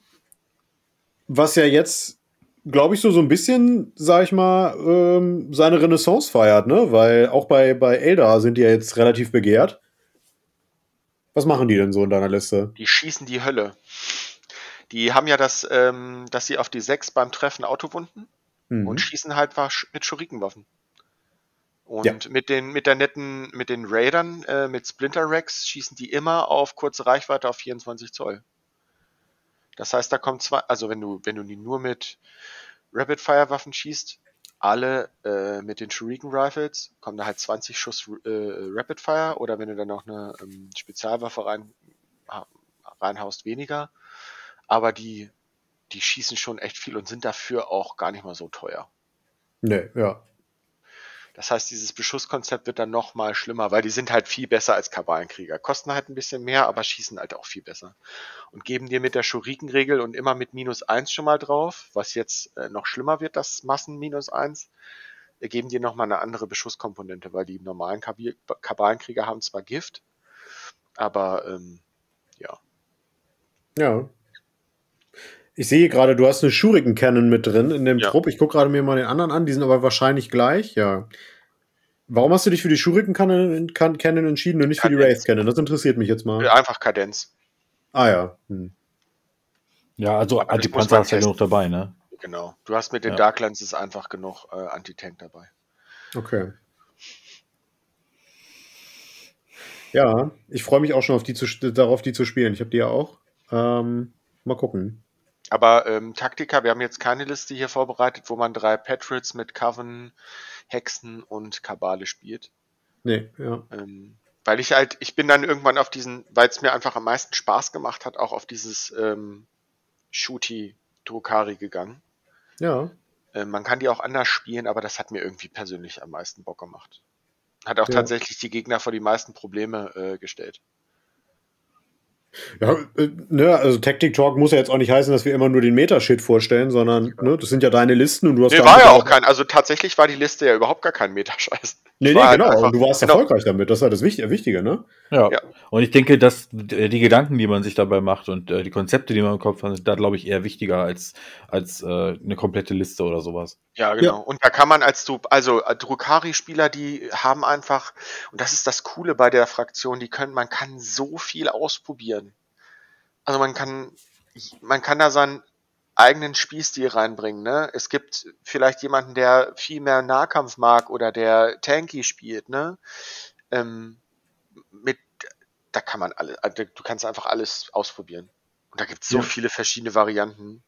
was ja jetzt, glaube ich, so, so ein bisschen, sag ich mal, ähm, seine Renaissance feiert, ne? Weil auch bei, bei Eldar sind die ja jetzt relativ begehrt. Was machen die denn so in deiner Liste? Die schießen die Hölle. Die haben ja das, ähm, dass sie auf die sechs beim Treffen Autowunden Mhm. und schießen halt was mit Schurikenwaffen. Und Ja. mit den, mit der netten, mit den Raidern, äh, mit Splinter Rex schießen die immer auf kurze Reichweite auf vierundzwanzig Zoll. Das heißt, da kommt zwei, also wenn du, wenn du die nur mit Rapid Fire Waffen schießt, alle äh, mit den Shuriken Rifles, kommen da halt zwanzig Schuss äh, Rapid Fire, oder wenn du dann noch eine ähm, Spezialwaffe rein, reinhaust, weniger. Aber die, die schießen schon echt viel und sind dafür auch gar nicht mal so teuer. Nee, ja. Das heißt, dieses Beschusskonzept wird dann noch mal schlimmer, weil die sind halt viel besser als Kabalenkrieger. Kosten halt ein bisschen mehr, aber schießen halt auch viel besser. Und geben dir mit der Schuriken-Regel und immer mit minus eins schon mal drauf, was jetzt äh, noch schlimmer wird, das Massen minus eins, äh, geben dir noch mal eine andere Beschusskomponente, weil die normalen Kabi- Kabalenkrieger haben zwar Gift, aber ähm, ja. Ja. Ich sehe gerade, du hast eine Shuriken Cannon mit drin in dem Ja. Trupp. Ich gucke gerade mir mal den anderen an, die sind aber wahrscheinlich gleich, ja. Warum hast du dich für die Shuriken Cannon, Can- Cannon entschieden und nicht für die Kadenz. Wraith Cannon? Das interessiert mich jetzt mal. Einfach Kadenz. Ah ja. Hm. Ja, also Aber das muss Antipanzer man hast du ja testen. genug dabei, ne? Genau. Du hast mit den Ja. Darklances einfach genug äh, Anti-Tank dabei. Okay. Ja, ich freue mich auch schon auf die zu, darauf, die zu spielen. Ich habe die ja auch. Ähm, mal gucken. Aber ähm, Taktika, wir haben jetzt keine Liste hier vorbereitet, wo man drei Patriots mit Coven, Hexen und Kabale spielt. Nee, ja. Ähm, weil ich halt, ich bin dann irgendwann auf diesen, weil es mir einfach am meisten Spaß gemacht hat, auch auf dieses ähm, Shooty Drukhari gegangen. Ja. Ähm, man kann die auch anders spielen, aber das hat mir irgendwie persönlich am meisten Bock gemacht. Hat auch Ja. tatsächlich die Gegner vor die meisten Probleme äh, gestellt. Ja, äh, ne, also Tactic Talk muss ja jetzt auch nicht heißen, dass wir immer nur den Meta-Shit vorstellen, sondern ne, das sind ja deine Listen und du hast Nee, damit war ja auch kein, also tatsächlich war die Liste ja überhaupt gar kein Metascheiß. Nee, Ich nee, war halt genau. einfach- und du warst genau. erfolgreich damit. Das war das Wichtige, Wichtige ne? Ja. Ja. Und ich denke, dass äh, die Gedanken, die man sich dabei macht und äh, die Konzepte, die man im Kopf hat, sind da, glaube ich, eher wichtiger als, als äh, eine komplette Liste oder sowas. Ja, genau. Ja. Und da kann man als du, also äh, Drukhari-Spieler, die haben einfach, und das ist das Coole bei der Fraktion, die können, man kann so viel ausprobieren. Also man kann, man kann da seinen eigenen Spielstil reinbringen, ne? Es gibt vielleicht jemanden, der viel mehr Nahkampf mag oder der Tanky spielt, ne? Ähm, mit, da kann man alle, also du kannst einfach alles ausprobieren. Und da gibt es so Ja. viele verschiedene Varianten.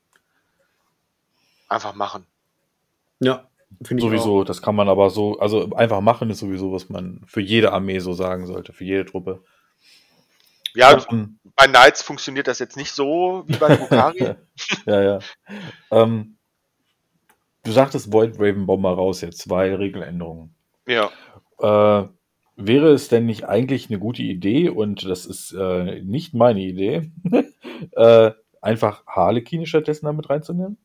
Einfach machen. Ja, finde ich auch. Sowieso, das kann man aber so, also einfach machen ist sowieso, was man für jede Armee so sagen sollte, für jede Truppe. Ja, Ähm, bei Knights funktioniert das jetzt nicht so wie bei Drukhari. ja, ja. Ähm, du sagtest Void Raven Bomber raus jetzt, zwei Regeländerungen. Ja. Äh, wäre es denn nicht eigentlich eine gute Idee, und das ist äh, nicht meine Idee, äh, einfach Harlequine stattdessen damit reinzunehmen?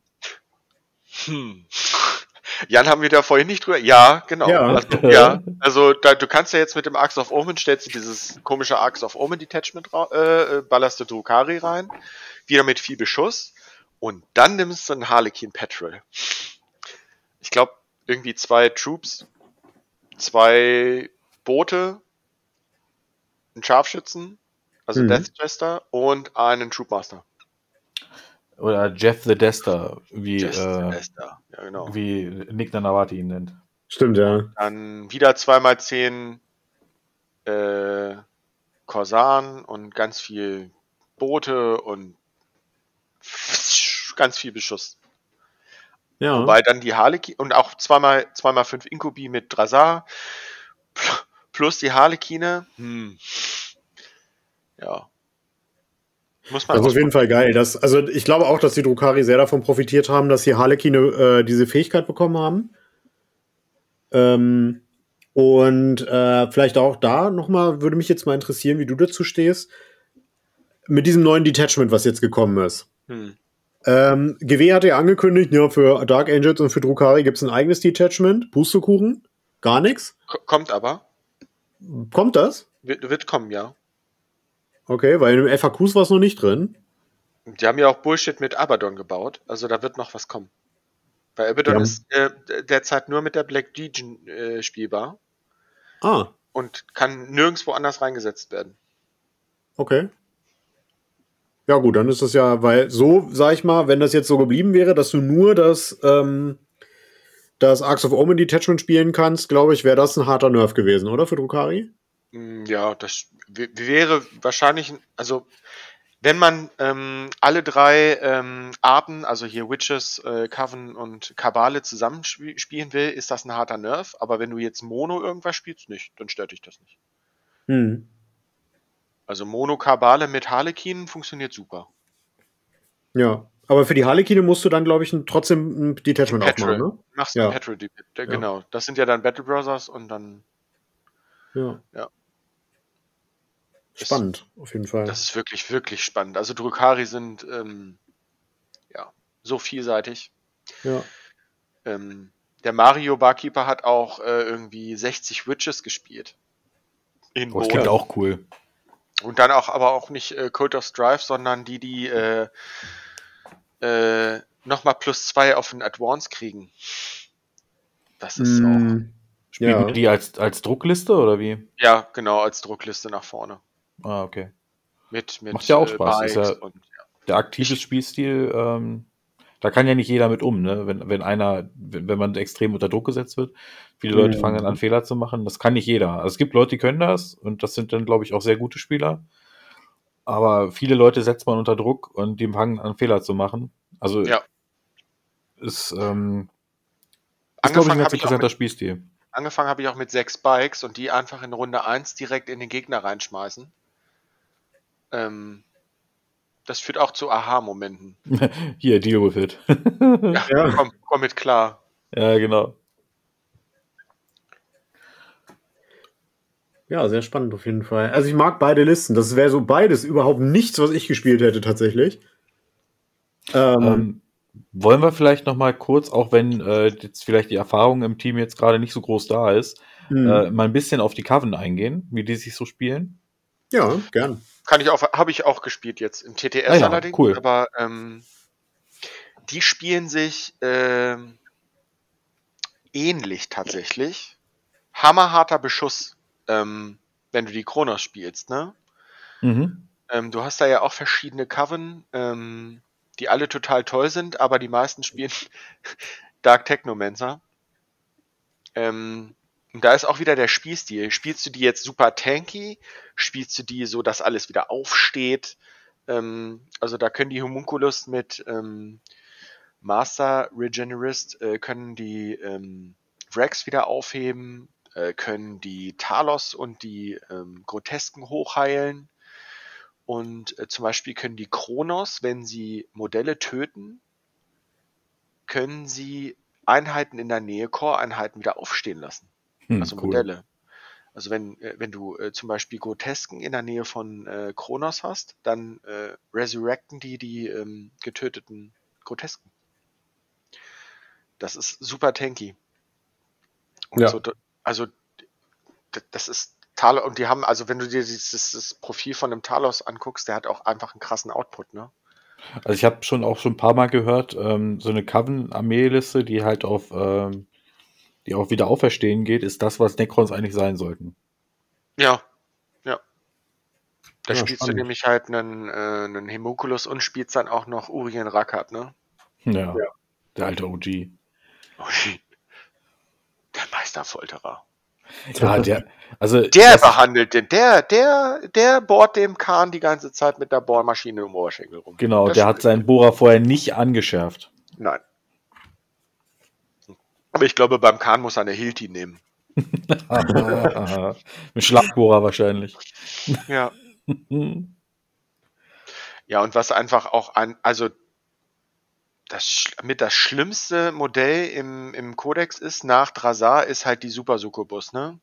Hm. Jan, haben wir da vorhin nicht drüber? Ja, genau. Ja. Also, ja, also da, du kannst ja jetzt mit dem Axe of Omen, stellst du dieses komische Axe of Omen Detachment, ra- äh, ballerst du Drukhari rein, wieder mit viel Beschuss, und dann nimmst du einen Harlequin Petrol. Ich glaube, irgendwie zwei Troops, zwei Boote, einen Scharfschützen, also Mhm. Death Jester, und einen Troopmaster. Oder Jeff the Dester, wie, Just äh, Jester, ja genau. wie Nick Nanavati ihn nennt. Stimmt, ja. Dann wieder zwei mal zehn äh, Korsan und ganz viel Boote und ganz viel Beschuss. Ja. Wobei dann die Harlequin und auch zweimal zweimal fünf Inkubi mit Drazar plus die Harlequine. Hm. Ja. Muss man Das ist auf jeden ausprobieren. Fall geil. Das, also ich glaube auch, dass die Drukhari sehr davon profitiert haben, dass die Harlequine äh, diese Fähigkeit bekommen haben. Ähm, und äh, vielleicht auch da nochmal, würde mich jetzt mal interessieren, wie du dazu stehst. Mit diesem neuen Detachment, was jetzt gekommen ist. Hm. Ähm, G W hatte ja angekündigt, ja, für Dark Angels und für Drukhari gibt es ein eigenes Detachment. Pustekuchen? Gar nichts? K- Kommt aber. Kommt das? Wird, wird kommen, ja. Okay, weil in den F A Qs war es noch nicht drin. Die haben ja auch Bullshit mit Abaddon gebaut, also da wird noch was kommen. Weil Abaddon Ja. ist äh, derzeit nur mit der Black Legion äh, spielbar Ah, und kann nirgendwo anders reingesetzt werden. okay. Ja gut, dann ist das ja, weil so, sag ich mal, wenn das jetzt so geblieben wäre, dass du nur das, ähm, das Arcs of Omen Detachment spielen kannst, glaube ich, wäre das ein harter Nerf gewesen, oder, für Drukhari? Mm, Ja, das w- wäre wahrscheinlich, ein- also wenn man ähm, alle drei ähm, Arten, also hier Witches, äh, Coven und Kabale zusammenspielen will, ist das ein harter Nerf. Aber wenn du jetzt Mono irgendwas spielst, nicht, dann stört dich das nicht. Hm. Also Mono Kabale mit Harlekin funktioniert super. Ja. Aber für die Harlekine musst du dann, glaube ich, ein, trotzdem ein Detachment aufmachen, Petrol. ne? Machst Ja. ein Petrol, genau. Das sind ja dann Battle Brothers und dann Ja. Ja. Spannend, auf jeden Fall. das ist wirklich, wirklich spannend. Also Drukhari sind ähm, ja so vielseitig. Ja. Ähm, der Mario Barkeeper hat auch äh, irgendwie sechzig Witches gespielt. In Oh, das klingt Mono. auch cool. Und dann auch, aber auch nicht äh, Cult of Strife, sondern die, die äh, äh, nochmal plus zwei auf den Advance kriegen. Das ist auch, Mm, Spielt ja. man die als, als Druckliste oder wie? ja, genau, als Druckliste nach vorne. Ah, okay. Mit, mit Macht ja auch äh, Spaß, ist Bikes ja- und ja. Der aktive Spielstil, ähm, da kann ja nicht jeder mit um, ne? Wenn, wenn einer, wenn, wenn man extrem unter Druck gesetzt wird, viele Leute Mhm. fangen dann an, Fehler zu machen. Das kann nicht jeder. Also es gibt Leute, die können das und das sind dann, glaube ich, auch sehr gute Spieler. Aber viele Leute setzt man unter Druck und die fangen an, Fehler zu machen. Also Ja. ist, ähm, ist glaube ich, Angefangen ein ganz habe ich auch interessanter mit, Spielstil. angefangen habe ich auch mit sechs Bikes und die einfach in Runde eins direkt in den Gegner reinschmeißen. Ähm, das führt auch zu Aha-Momenten. Hier, deal with it. Ja, Ja. komm, komm mit klar. Ja, genau. Ja, sehr spannend auf jeden Fall. Also ich mag beide Listen. Das wäre so beides überhaupt nichts, was ich gespielt hätte tatsächlich. Ähm, Ähm, wollen wir vielleicht noch mal kurz, auch wenn äh, jetzt vielleicht die Erfahrung im Team jetzt gerade nicht so groß da ist, mh. äh, mal ein bisschen auf die Coven eingehen, wie die sich so spielen? Ja, gern. Kann ich auch, habe ich auch gespielt jetzt im T T S Ah ja, allerdings, cool. aber ähm, die spielen sich ähm, ähnlich tatsächlich. Hammerharter Beschuss, ähm, wenn du die Kronos spielst, ne? Mhm. Ähm, du hast da ja auch verschiedene Coven, ähm, die alle total toll sind, aber die meisten spielen Dark Technomancer. Ähm, und da ist auch wieder der Spielstil. Spielst du die jetzt super tanky? Spielst du die so, dass alles wieder aufsteht? Ähm, also da können die Homunculus mit ähm, Master Regenerist, äh, können die ähm, Wrecks wieder aufheben, äh, können die Talos und die ähm, Grotesken hochheilen. Und äh, zum Beispiel können die Kronos, wenn sie Modelle töten, können sie Einheiten in der Nähe, Core-Einheiten wieder aufstehen lassen. Hm, Also cool. Modelle. Also wenn, äh, wenn du äh, zum Beispiel Grotesken in der Nähe von äh, Kronos hast, dann äh, resurrecten die die ähm, getöteten Grotesken. Das ist super tanky. Und Ja. so, also d- das ist Talos, und die haben, also wenn du dir dieses das Profil von einem Talos anguckst, der hat auch einfach einen krassen Output, ne? Also ich habe schon auch schon ein paar Mal gehört, ähm, so eine Coven-Armeeliste, die halt auf, ähm, die auch wieder auferstehen geht, ist das, was Necrons eigentlich sein sollten. Ja, ja. Da Ja, spielst spannend. du nämlich halt einen, äh, einen Homunculus und spielst dann auch noch Urien Rakat, ne? Ja, Ja. der alte O G. Ui. Der Meisterfolterer. Ja, der, also Der was ich- behandelt den, der, der, der bohrt dem Kahn die ganze Zeit mit der Bohrmaschine im Oberschenkel rum. genau, Das der hat stimmt. seinen Bohrer vorher nicht angeschärft. Nein. Aber ich glaube, beim Kahn muss er eine Hilti nehmen. Ein Schlagbohrer wahrscheinlich. Ja. Ja, und was einfach auch an, also das sch- mit das schlimmste Modell im, im Kodex ist, nach Drazar, ist halt die Super Succubus, ne?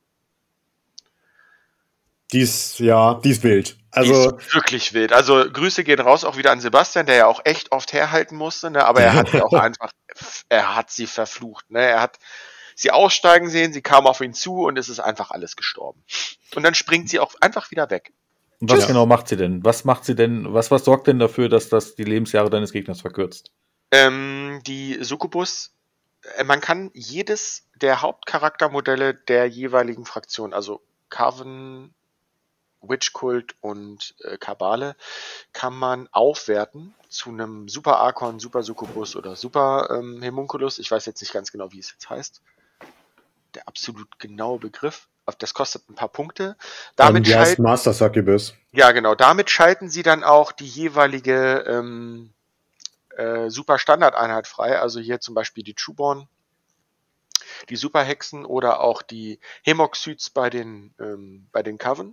Die ist, ja, die ist wild. Also, Die ist wirklich wild. Also Grüße gehen raus auch wieder an Sebastian, der ja auch echt oft herhalten musste, ne? Aber er hat sie auch einfach, er hat sie verflucht, ne? Er hat sie aussteigen sehen, sie kam auf ihn zu und es ist einfach alles gestorben. Und dann springt sie auch einfach wieder weg. Und was Ja. genau macht sie denn? Was macht sie denn, was, was sorgt denn dafür, dass das die Lebensjahre deines Gegners verkürzt? Ähm, die Succubus, äh, man kann jedes der Hauptcharaktermodelle der jeweiligen Fraktion, also Coven, Witchkult und äh, Kabale, kann man aufwerten zu einem Super Archon, Super Succubus oder Super ähm, Homunculus. Ich weiß jetzt nicht ganz genau, wie es jetzt heißt. Der absolut genaue Begriff. Das kostet ein paar Punkte. ähm, Damit die heißt schalten, Master Succubus. ja genau, damit schalten sie dann auch die jeweilige ähm, äh, Super Standardeinheit frei. Also hier zum Beispiel die Trueborn, die Superhexen oder auch die Hemoxyds bei den ähm, bei den Coven.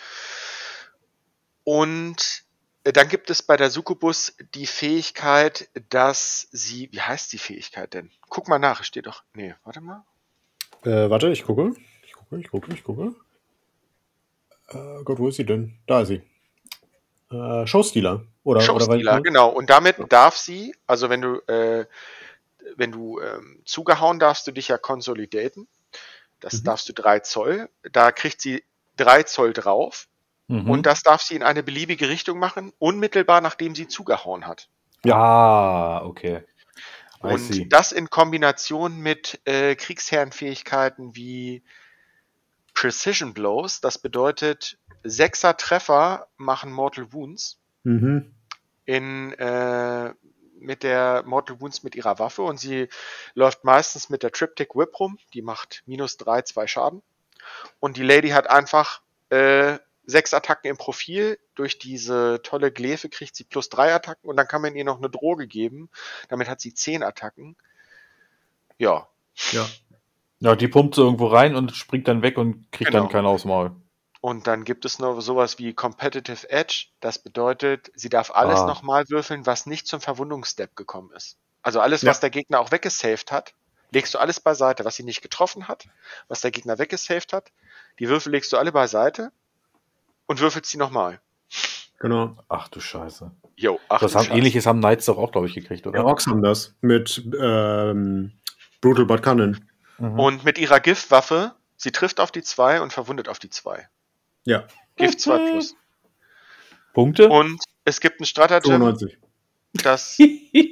Und äh, dann gibt es bei der Succubus die Fähigkeit, dass sie, wie heißt die Fähigkeit denn? Guck mal nach, es steht doch, nee, warte mal. Äh, warte, ich gucke. Ich gucke, ich gucke, ich gucke. Äh, Gott, wo ist sie denn? Da ist sie. Äh, Showstealer. Oder, Showstealer, oder genau. Und damit darf sie, also wenn du, äh, wenn du ähm, zugehauen, darfst du dich ja konsolidaten. Das Mhm. darfst du drei Zoll. Da kriegt sie drei Zoll drauf. Mhm. Und das darf sie in eine beliebige Richtung machen, unmittelbar nachdem sie zugehauen hat. Ah, okay. I see. Und das in Kombination mit äh, Kriegsherrenfähigkeiten wie Precision Blows, das bedeutet, sechser Treffer machen Mortal Wounds Mhm. in, äh, mit der Mortal Wounds mit ihrer Waffe und sie läuft meistens mit der Triptych Whip rum, die macht minus drei, zwei Schaden. Und die Lady hat einfach äh, sechs Attacken im Profil. Durch diese tolle Glefe kriegt sie plus drei Attacken und dann kann man ihr noch eine Droge geben. Damit hat sie zehn Attacken. Ja, Ja. Ja, die pumpt so irgendwo rein und springt dann weg und kriegt Genau. dann keinen aufs Maul. und dann gibt es noch sowas wie Competitive Edge. Das bedeutet, sie darf alles Ah. nochmal würfeln, was nicht zum Verwundungsstep gekommen ist. Also alles, Ja. was der Gegner auch weggesaved hat, legst du alles beiseite. Was sie nicht getroffen hat, was der Gegner weggesaved hat, die Würfel legst du alle beiseite und würfelst sie nochmal. Genau. Ach du Scheiße. Jo, ach Das du haben, Scheiße. Ähnliches haben Knights doch auch, glaube ich, gekriegt, Ja, oder? Orks haben das. Mit ähm, Brutal But Cannon. Mhm. Und mit ihrer Giftwaffe, sie trifft auf die zwei und verwundet auf die zwei. Ja. Gift zwei plus. Punkte? Und es gibt ein Stratagem, fünfundneunzig. das ja,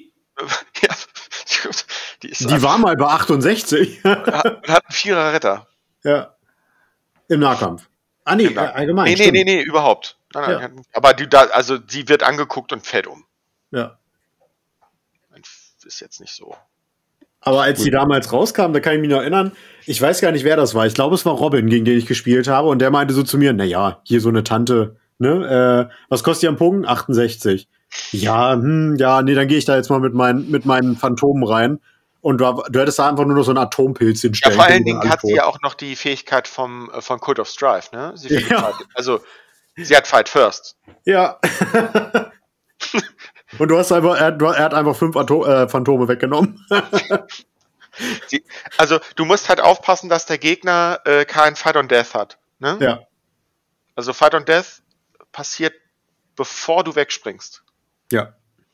die ist Die war mal bei achtundsechzig. hat, hat einen Vierer Retter. Ja. Im Nahkampf. Ah, nee, Im äh, Nahkampf. allgemein. Nee, nee, stimmt. nee, nee, überhaupt. Nein, Ja. nein, aber die da, also die wird angeguckt und fällt um. Ja. Ist jetzt nicht so. Aber als die damals rauskam, da kann ich mich noch erinnern, ich weiß gar nicht, wer das war. Ich glaube, es war Robin, gegen den ich gespielt habe. Und der meinte so zu mir, na ja, hier so eine Tante, ne? Äh, was kostet die am Punkt? achtundsechzig. Ja, hm, ja, nee, dann gehe ich da jetzt mal mit meinen, mit meinen Phantomen rein. Und du, du hättest da einfach nur noch so einen Atompilz Ja, hinstellen. vor allen können, Dingen alle hat sie tot. ja auch noch die Fähigkeit vom, äh, von Code of Strife, ne? Sie findet Ja. Fight, also, sie hat Fight First. Ja. Und du hast einfach, er, du- er hat einfach fünf Ato äh, Phantome weggenommen. Sie, also, du musst halt aufpassen, dass der Gegner äh, kein Fight on Death hat, ne? Ja. Also, Fight on Death passiert, bevor du wegspringst. Ja.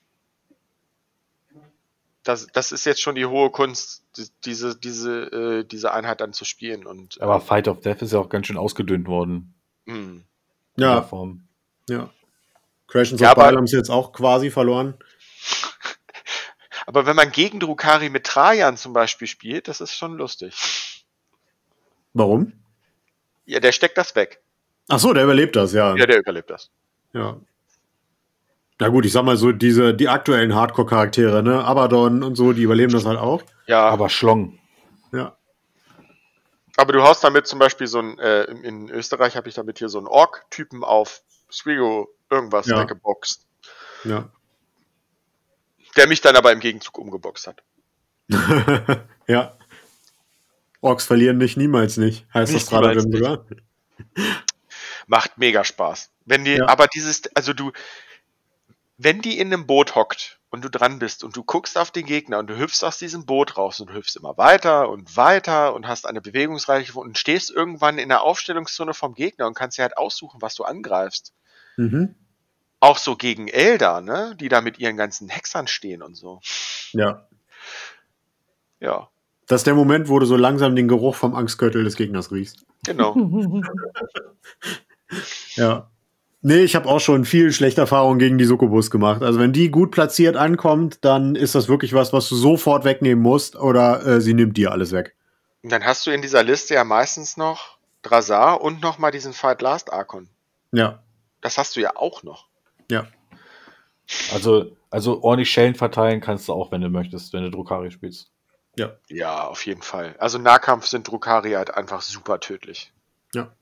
Das, das ist jetzt schon die hohe Kunst, die- diese, diese, äh, diese Einheit dann zu spielen und, Aber äh, Fight of Death ist ja auch ganz schön ausgedünnt worden. mh. In der Ja. Form. Ja. Creations Ja, of aber- Bile haben sie jetzt auch quasi verloren. Aber wenn man gegen Drukhari mit Trajan zum Beispiel spielt, das ist schon lustig. Warum? Ja, der steckt das weg. Ach so, der überlebt das, ja. Ja, der überlebt das. Ja. Na gut, ich sag mal so, diese, die aktuellen Hardcore-Charaktere, ne, Abaddon und so, die überleben das halt auch. Ja, aber, Aber Schlong. Ja. aber du haust damit zum Beispiel so ein, äh, in- in Österreich habe ich damit hier so einen Ork-Typen auf Swigo irgendwas Ja. weggeboxt, Ja. der mich dann aber im Gegenzug umgeboxt hat. Ja. Orks verlieren nicht, niemals nicht, heißt Nicht das gerade niemals drin sogar. Macht mega Spaß. Wenn die, Ja. aber dieses, also du, wenn die in einem Boot hockt und du dran bist und du guckst auf den Gegner und du hüpfst aus diesem Boot raus und hüpfst immer weiter und weiter und hast eine Bewegungsreiche und stehst irgendwann in der Aufstellungszone vom Gegner und kannst dir halt aussuchen, was du angreifst. Mhm. Auch so gegen Eldar, ne? Die da mit ihren ganzen Hexern stehen und so. Ja. Ja, Das ist der Moment, wo du so langsam den Geruch vom Angstgürtel des Gegners riechst. genau. Ja. Nee, ich habe auch schon viel schlechte Erfahrungen gegen die Succubus gemacht. Also wenn die gut platziert ankommt, dann ist das wirklich was, was du sofort wegnehmen musst oder äh, sie nimmt dir alles weg. Und dann hast du in dieser Liste ja meistens noch Drazar und nochmal diesen Fight Last Archon. Ja, Das hast du ja auch noch. ja. Also, also ordentlich Schellen verteilen kannst du auch, wenn du möchtest, wenn du Drukhari spielst. Ja, Ja, auf jeden Fall. Also Nahkampf sind Drukhari halt einfach super tödlich. ja.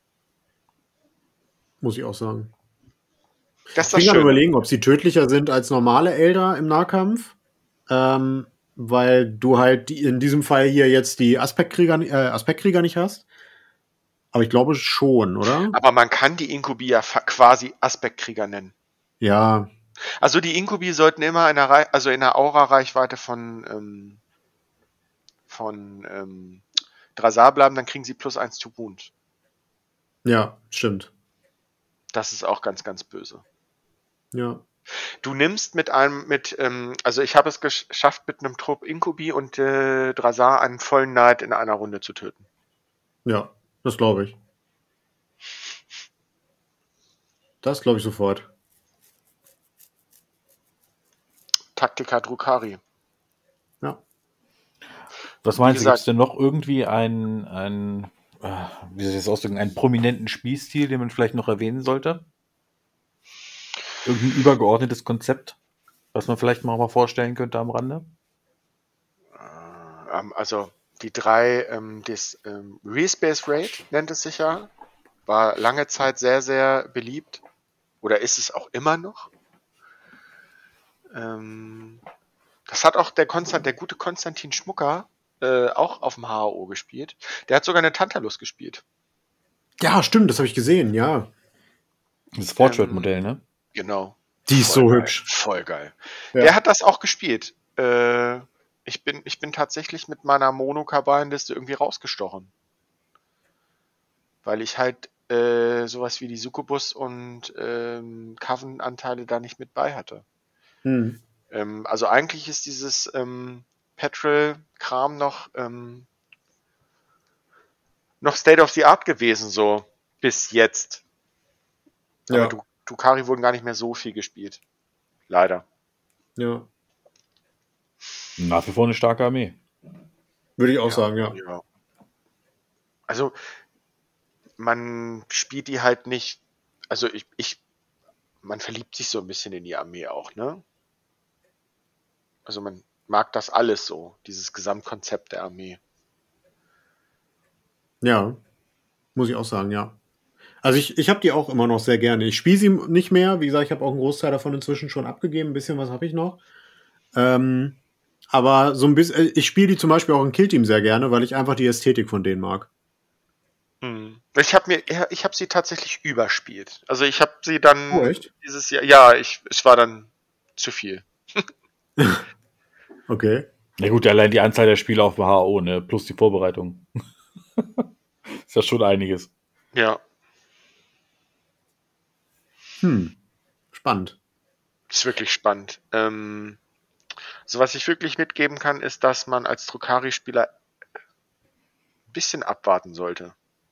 Muss ich auch sagen. Das ist Ich das bin gerade Schöne. überlegen, ob sie tödlicher sind als normale Eldar im Nahkampf. Ähm, weil du halt die, in diesem Fall hier jetzt die Aspektkrieger, äh, Aspektkrieger nicht hast. Aber ich glaube schon, oder? Aber man kann die Inkubi ja fa- quasi Aspektkrieger nennen. Ja, Also die Inkubi sollten immer in der, Rei- also in der Aura-Reichweite von, ähm, von ähm, Drazar bleiben, dann kriegen sie plus eins to Wound. ja, stimmt. Das ist auch ganz, ganz böse. Ja, Du nimmst mit einem, mit, ähm, also ich habe es gesch- geschafft, mit einem Trupp Inkubi und äh, Drazar einen vollen Knight in einer Runde zu töten. ja, das glaube ich. Das glaube ich sofort. Taktika Drukhari. Ja. Was meinst du, gesagt- gibt es denn noch irgendwie einen, einen äh, wie soll ich das ausdrücken, einen prominenten Spielstil, den man vielleicht noch erwähnen sollte? Irgendein übergeordnetes Konzept, was man vielleicht mal mal vorstellen könnte am Rande? Äh, ähm, also die drei, ähm, das ähm, Respace Raid nennt es sich ja, war lange Zeit sehr, sehr beliebt. Oder ist es auch immer noch? Ähm, das hat auch der, Konstant, der gute Konstantin Schmucker äh, auch auf dem H A O gespielt. Der hat sogar eine Tantalus gespielt. Ja, stimmt, das habe ich gesehen, ja. Das Fortschritt-Modell, ne? Genau. Die ist Voll so geil. hübsch. Voll geil. Ja. Der hat das auch gespielt. Äh, ich, bin, ich bin tatsächlich mit meiner Mono-Kabalenliste irgendwie rausgestochen. Weil ich halt äh, sowas wie die Succubus und ähm, Coven-Anteile da nicht mit bei hatte. Hm. Ähm, also eigentlich ist dieses ähm, Petrol-Kram noch, ähm, noch State of the Art gewesen, so bis jetzt. Ja. Aber du, Drukhari wurden gar nicht mehr so viel gespielt. Leider. Ja. Nach wie vor eine starke Armee. Würde ich auch sagen, ja. Ja. Also, man spielt die halt nicht, also ich, ich, man verliebt sich so ein bisschen in die Armee auch, ne? Also man mag das alles so, dieses Gesamtkonzept der Armee. Ja. Muss ich auch sagen, ja. Also ich, ich habe die auch immer noch sehr gerne. Ich spiele sie nicht mehr. Wie gesagt, ich habe auch einen Großteil davon inzwischen schon abgegeben. Ein bisschen was habe ich noch. Ähm, aber so ein bisschen, ich spiele die zum Beispiel auch in Killteam sehr gerne, weil ich einfach die Ästhetik von denen mag. Hm. Ich habe mir, ich habe sie tatsächlich überspielt. Also ich habe sie dann Oh, echt? dieses Jahr, ja, ich, es war dann zu viel. Okay. Na gut, allein die Anzahl der Spiele auf dem H A O, ne? Plus die Vorbereitung. Ist ja schon einiges. Ja, Hm. Spannend. ist wirklich spannend. Ähm, so was ich wirklich mitgeben kann, ist, dass man als Drukhari-Spieler ein bisschen abwarten sollte.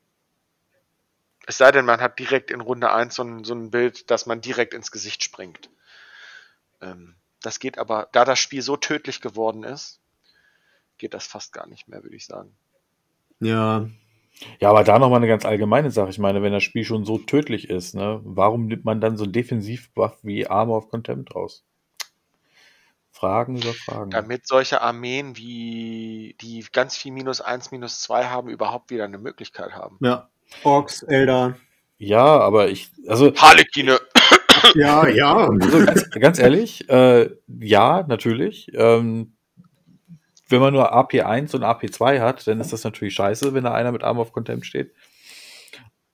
Es sei denn, man hat direkt in Runde eins so ein, so ein Bild, dass man direkt ins Gesicht springt. Ähm, das geht aber, da das Spiel so tödlich geworden ist, geht das fast gar nicht mehr, würde ich sagen. Ja. Ja, aber da nochmal eine ganz allgemeine Sache. Ich meine, wenn das Spiel schon so tödlich ist, ne, warum nimmt man dann so einen Defensivbuff wie Armor of Contempt raus? Fragen über Fragen. Damit solche Armeen, wie die ganz viel minus eins, minus zwei haben, überhaupt wieder eine Möglichkeit haben. Ja. Orks, Eldar. Ja, aber ich, also, Harlekine! Ja, ja. also ganz, ganz ehrlich, äh, ja, natürlich. Ähm, wenn man nur A P eins und A P zwei hat, dann ist das natürlich scheiße, wenn da einer mit Armor of Contempt steht.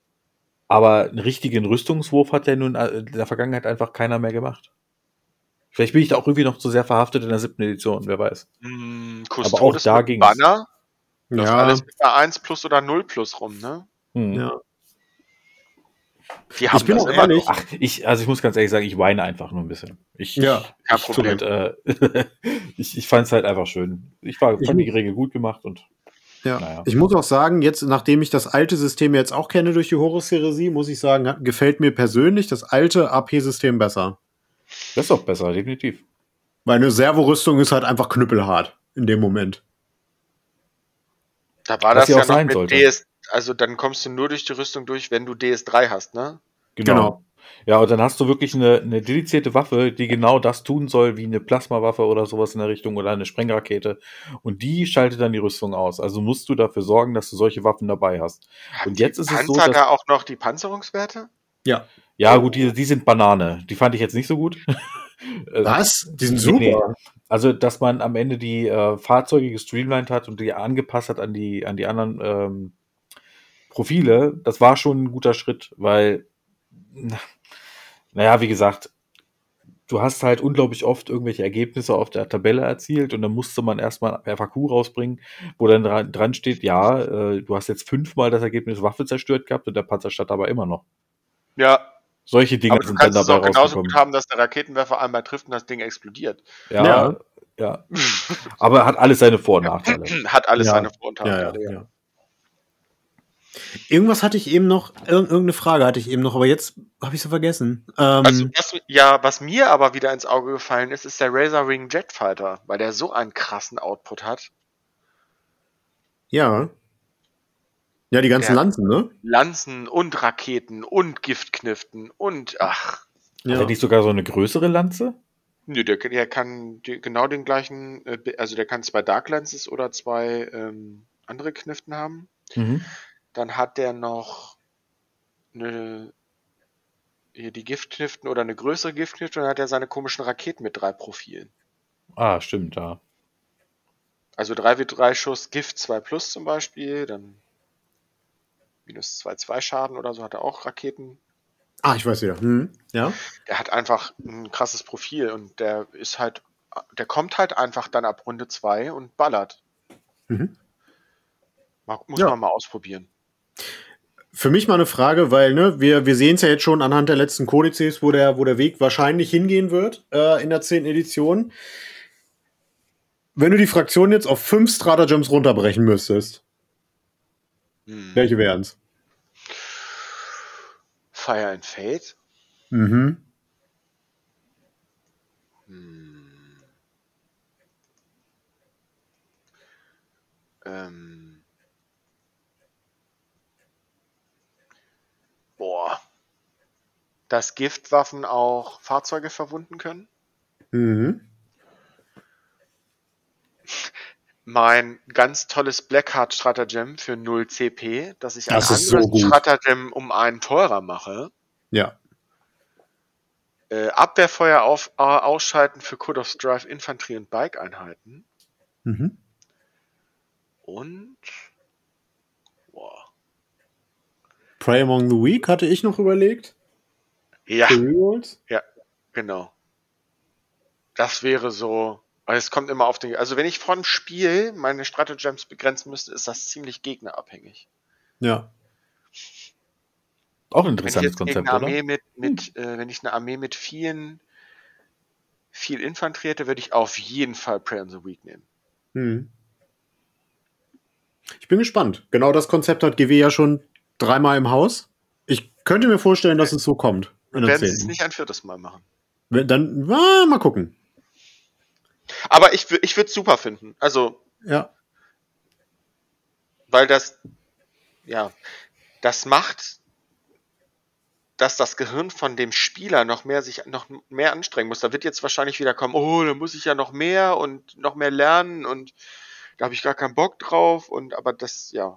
Aber einen richtigen Rüstungswurf hat ja nun in der Vergangenheit einfach keiner mehr gemacht. Vielleicht bin ich da auch irgendwie noch zu sehr verhaftet in der siebten Edition, wer weiß. Hm, Aber auch da ging es. Banner, läuft Ja. alles mit einer eins plus oder null plus rum, ne? Hm. Ja. Die haben Ich bin das auch immer ehrlich. noch. Ach, ich, also ich muss ganz ehrlich sagen, ich weine einfach nur ein bisschen. Ich, Ja, kein ich, Problem. Und, äh, ich, ich fand es halt einfach schön. Ich war, Ich fand die muss- Regel gut gemacht und Ja. Naja. Ich muss auch sagen, jetzt, nachdem ich das alte System jetzt auch kenne durch die Horus-Heresie, muss ich sagen, hat- gefällt mir persönlich das alte A P-System besser. das ist auch besser, definitiv. Weil eine Servorüstung ist halt einfach knüppelhart in dem Moment. Da war Was das sie ja auch noch sein mit sollte. D S, also dann kommst du nur durch die Rüstung durch, wenn du D S drei hast, ne? Genau. Genau. Ja, und dann hast du wirklich eine, eine dedizierte Waffe, die genau das tun soll, wie eine Plasmawaffe oder sowas in der Richtung oder eine Sprengrakete. Und die schaltet dann die Rüstung aus. Also musst du dafür sorgen, dass du solche Waffen dabei hast. Hat Und jetzt die ist es so, Panzer dass- da auch noch die Panzerungswerte? Ja. Ja, gut, die, die sind Banane. Die fand ich jetzt nicht so gut. Äh, Was? Die sind Nee, nee. super. Also, dass man am Ende die äh, Fahrzeuge gestreamlined hat und die angepasst hat an die, an die anderen ähm, Profile, das war schon ein guter Schritt, weil, na- naja, wie gesagt, du hast halt unglaublich oft irgendwelche Ergebnisse auf der Tabelle erzielt und dann musste man erstmal ein F A Q rausbringen, wo dann dran, dran steht, ja, äh, du hast jetzt fünfmal das Ergebnis Waffe zerstört gehabt und der Panzer stand aber immer noch. Ja, Solche Dinge aber du sind dann kannst es dabei auch genauso rausgekommen. gut haben, dass der Raketenwerfer einmal trifft und das Ding explodiert. Ja, Ja. ja. Aber hat alles seine Vor- und Nachteile. Hat alles Ja. seine Vor- und Ja, ja, Nachteile. Ja, ja. Irgendwas hatte ich eben noch, irg irgendeine Frage hatte ich eben noch, aber jetzt habe ich sie vergessen. Ähm, Also was, ja, was mir aber wieder ins Auge gefallen ist, ist der Razor Wing Jetfighter, weil der so einen krassen Output hat. ja. Ja, die ganzen Ja. Lanzen, ne? Lanzen und Raketen und Giftkniften und ach. Hat er nicht sogar so eine größere Lanze? Nö, der, der kann die, genau den gleichen, äh, also der kann zwei Dark Lances oder zwei ähm, andere Kniften haben. Mhm. Dann hat der noch eine, hier die Giftkniften oder eine größere Giftknifte und dann hat er seine komischen Raketen mit drei Profilen. Ah, stimmt, ja. Also drei W drei Schuss Gift zwei plus zum Beispiel, dann minus zwei zwei Schaden oder so hat er auch Raketen. Ah, ich weiß wieder. Hm. Ja. Der hat einfach ein krasses Profil und der ist halt, der kommt halt einfach dann ab Runde zwei und ballert. Mhm. Mal, muss Ja. man mal ausprobieren. Für mich mal eine Frage, weil ne, wir, wir sehen es ja jetzt schon anhand der letzten Kodizes, wo der, wo der Weg wahrscheinlich hingehen wird äh, in der zehnten Edition. Wenn du die Fraktion jetzt auf fünf Stratagems runterbrechen müsstest, Hm. welche wären's? Fire and Fate? Mhm. Hm. Ähm. Boah. Dass Giftwaffen auch Fahrzeuge verwunden können? Mhm. Mein ganz tolles Blackheart Stratagem für null C P, dass ich ein Das ist so anderes gut. Stratagem um einen teurer mache. Ja. Äh, Abwehrfeuer auf, äh, ausschalten für Code of Strife Infanterie- und Bike-Einheiten. Mhm. Und. Boah. Prey Among the Weak hatte ich noch überlegt. Ja, Für Rerolls. genau. Das wäre so. Weil es kommt immer auf den. Also, wenn ich vom Spiel meine Stratagems begrenzen müsste, ist das ziemlich gegnerabhängig. Ja. Auch ein Wenn ich interessantes jetzt gegen Konzept, eine oder? Armee mit, mit äh, wenn ich eine Armee mit vielen, viel Infanterie hätte, würde ich auf jeden Fall Prey on the Weak nehmen. Mhm. Ich bin gespannt. Genau das Konzept hat G W ja schon dreimal im Haus. Ich könnte mir vorstellen, dass es so kommt. In Wir der werden es zehnten. nicht ein viertes Mal machen. Wenn- Dann ah, mal gucken. Aber ich, wü- ich würde es super finden. Also, Ja. weil das, ja, das macht, dass das Gehirn von dem Spieler noch mehr sich noch mehr anstrengen muss. Da wird jetzt wahrscheinlich wieder kommen, oh, da muss ich ja noch mehr und noch mehr lernen und da habe ich gar keinen Bock drauf und aber das, ja.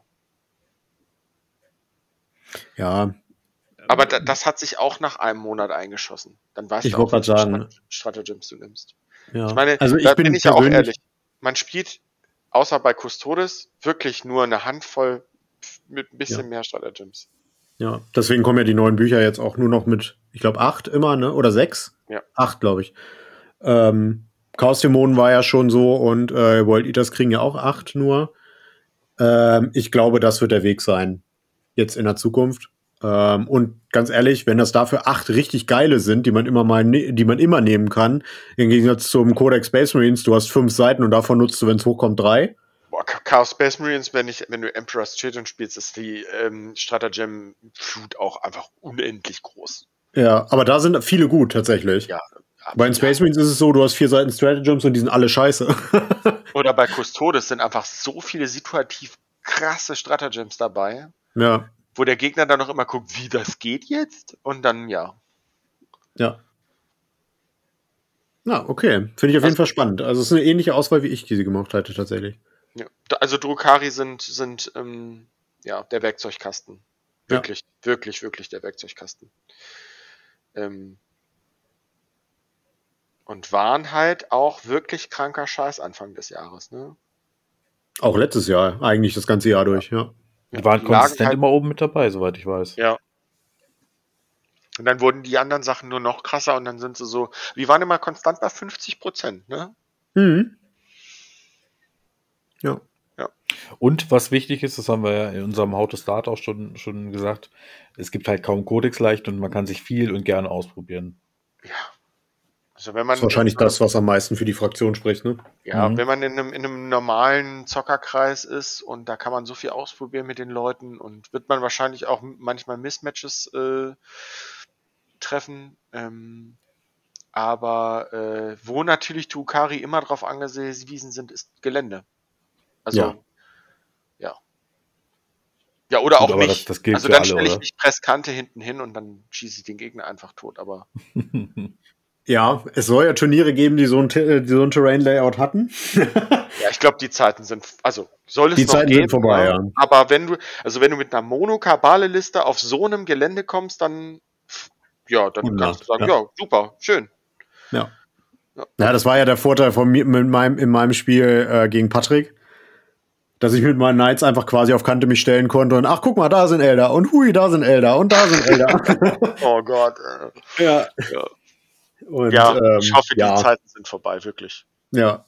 Ja. Aber da, das hat sich auch nach einem Monat eingeschossen. Dann weißt Ich du wollte auch, grad welche sagen. Strat- Stratagems du nimmst. ja. Ich meine, also ich da bin, bin ich ja auch persönlich- ehrlich. Man spielt, außer bei Custodes, wirklich nur eine Handvoll mit ein bisschen Ja. mehr Stratagems. Ja, deswegen kommen ja die neuen Bücher jetzt auch nur noch mit, ich glaube, acht immer, ne? Oder sechs? Ja. Acht, glaube ich. Ähm, Chaos Dämonen war ja schon so und äh, World Eaters kriegen ja auch acht nur. Ähm, ich glaube, das wird der Weg sein. Jetzt in der Zukunft. Ähm, und ganz ehrlich, wenn das dafür acht richtig geile sind, die man immer mal, ne- die man immer nehmen kann, im Gegensatz zum Codex Space Marines, du hast fünf Seiten und davon nutzt du, wenn es hochkommt, drei. Boah, Chaos Space Marines, wenn, ich, wenn du Emperor's Children spielst, ist die ähm, Stratagem-Flut auch einfach unendlich groß. Ja, aber da sind viele gut tatsächlich. Ja, Bei den Space Marines ist es so, du hast vier Seiten Stratagems und die sind alle scheiße. Oder bei Custodes sind einfach so viele situativ krasse Stratagems dabei, Ja, wo der Gegner dann noch immer guckt, wie das geht jetzt? Und dann, ja. ja. Na, okay. Finde ich auf jeden Also- Fall spannend. Also es ist eine ähnliche Auswahl, wie ich diese gemacht hatte, tatsächlich. ja. Also Drukhari sind, sind ähm, ja, der Werkzeugkasten. Ja. Wirklich, wirklich, wirklich der Werkzeugkasten. Ähm, und waren halt auch wirklich kranker Scheiß Anfang des Jahres, ne? Auch letztes Jahr, eigentlich das ganze Jahr durch, ja. Die waren die lagen konsistent halt- immer oben mit dabei, soweit ich weiß. Ja. Und dann wurden die anderen Sachen nur noch krasser und dann sind sie so, die waren immer konstant bei fünfzig Prozent, ne? Mhm. Ja. Und was wichtig ist, das haben wir ja in unserem How to Start auch schon, schon gesagt, es gibt halt kaum Codex leicht und man kann sich viel und gerne ausprobieren. Ja. Also wenn man Das ist wahrscheinlich in so einem- das, was am meisten für die Fraktion spricht, ne? Ja, Mhm. wenn man in einem, in einem normalen Zockerkreis ist und da kann man so viel ausprobieren mit den Leuten und wird man wahrscheinlich auch manchmal Mismatches äh, treffen. Ähm, aber äh, wo natürlich Drukhari immer drauf angewiesen sind, ist Gelände. Also Ja. ja. Ja, oder Gut, auch aber nicht. das- das gilt also für dann alle, stelle ich oder? mich Presskante hinten hin und dann schieße ich den Gegner einfach tot. Aber Ja, es soll ja Turniere geben, die so ein, Te- die so ein Terrain-Layout hatten. ja, ich glaube, die Zeiten sind, also soll es Die noch Zeiten geben, sind vorbei, ja. Aber wenn du, also wenn du mit einer Monokabale-Liste auf so einem Gelände kommst, dann, ja, dann Wunderbar, kannst du sagen, ja. ja, super, schön. Ja. Ja. Ja, das war ja der Vorteil von mir mit meinem, in meinem Spiel äh, gegen Patrick, dass ich mit meinen Knights einfach quasi auf Kante mich stellen konnte und ach, guck mal, da sind Elder und hui, da sind Elder und da sind Elder. Oh Gott. Äh, ja. ja, Und, ja ähm, ich hoffe, die ja, Zeiten sind vorbei, wirklich. ja.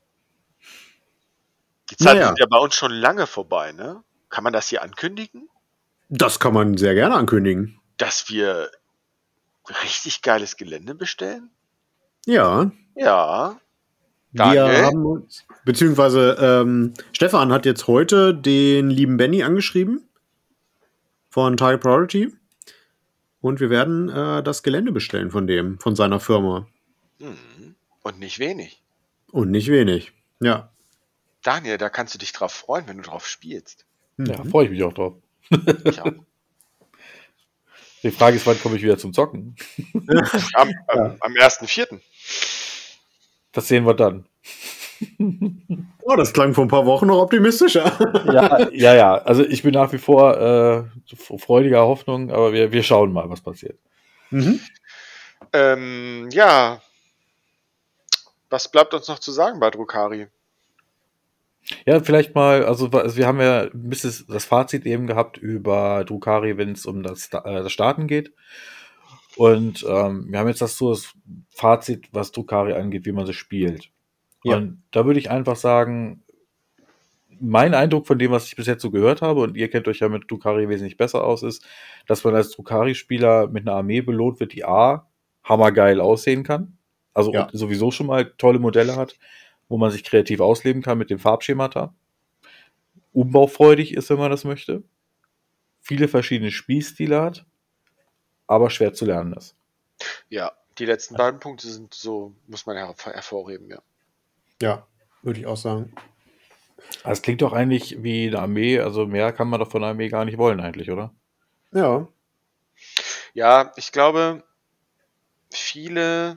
Die Zeiten Naja. sind ja bei uns schon lange vorbei, ne? Kann man das hier ankündigen? Das kann man sehr gerne ankündigen. Dass wir richtig geiles Gelände bestellen? Ja. Ja. Wir Daniel? haben uns, beziehungsweise ähm, Stefan hat jetzt heute den lieben Benny angeschrieben von Target Priority und wir werden äh, das Gelände bestellen von dem, von seiner Firma. Hm. Und nicht wenig. Und nicht wenig. Ja. Daniel, da kannst du dich drauf freuen, wenn du drauf spielst. Ja, Mhm. freue ich mich auch drauf. Ich auch. Die Frage ist, wann komme ich wieder zum Zocken? Am, am, am ersten Vierten Das sehen wir dann. Oh, das klang vor ein paar Wochen noch optimistischer. Ja, ja, ja. Also ich bin nach wie vor äh, freudiger Hoffnung, aber wir, wir schauen mal, was passiert. Mhm. Ähm, ja. Was bleibt uns noch zu sagen bei Drukhari? Ja, vielleicht mal, also also wir haben ja ein bisschen das Fazit eben gehabt über Drukhari, wenn es um das, Sta- äh, das Starten geht. Und ähm, wir haben jetzt das so das Fazit, was Drukhari angeht, wie man sie spielt. Ja. Und da würde ich einfach sagen, mein Eindruck von dem, was ich bis jetzt so gehört habe, und ihr kennt euch ja mit Drukhari wesentlich besser aus, ist, dass man als Drukhari-Spieler mit einer Armee belohnt wird, die A, hammergeil aussehen kann, also Ja. sowieso schon mal tolle Modelle hat, wo man sich kreativ ausleben kann mit dem Farbschemata, umbaufreudig ist, wenn man das möchte, viele verschiedene Spielstile hat, aber schwer zu lernen ist. Ja, die letzten beiden Punkte sind so, muss man her hervorheben, ja. Ja, würde ich auch sagen. Das klingt doch eigentlich wie eine Armee, also mehr kann man doch von einer Armee gar nicht wollen eigentlich, oder? Ja. Ja, ich glaube, viele.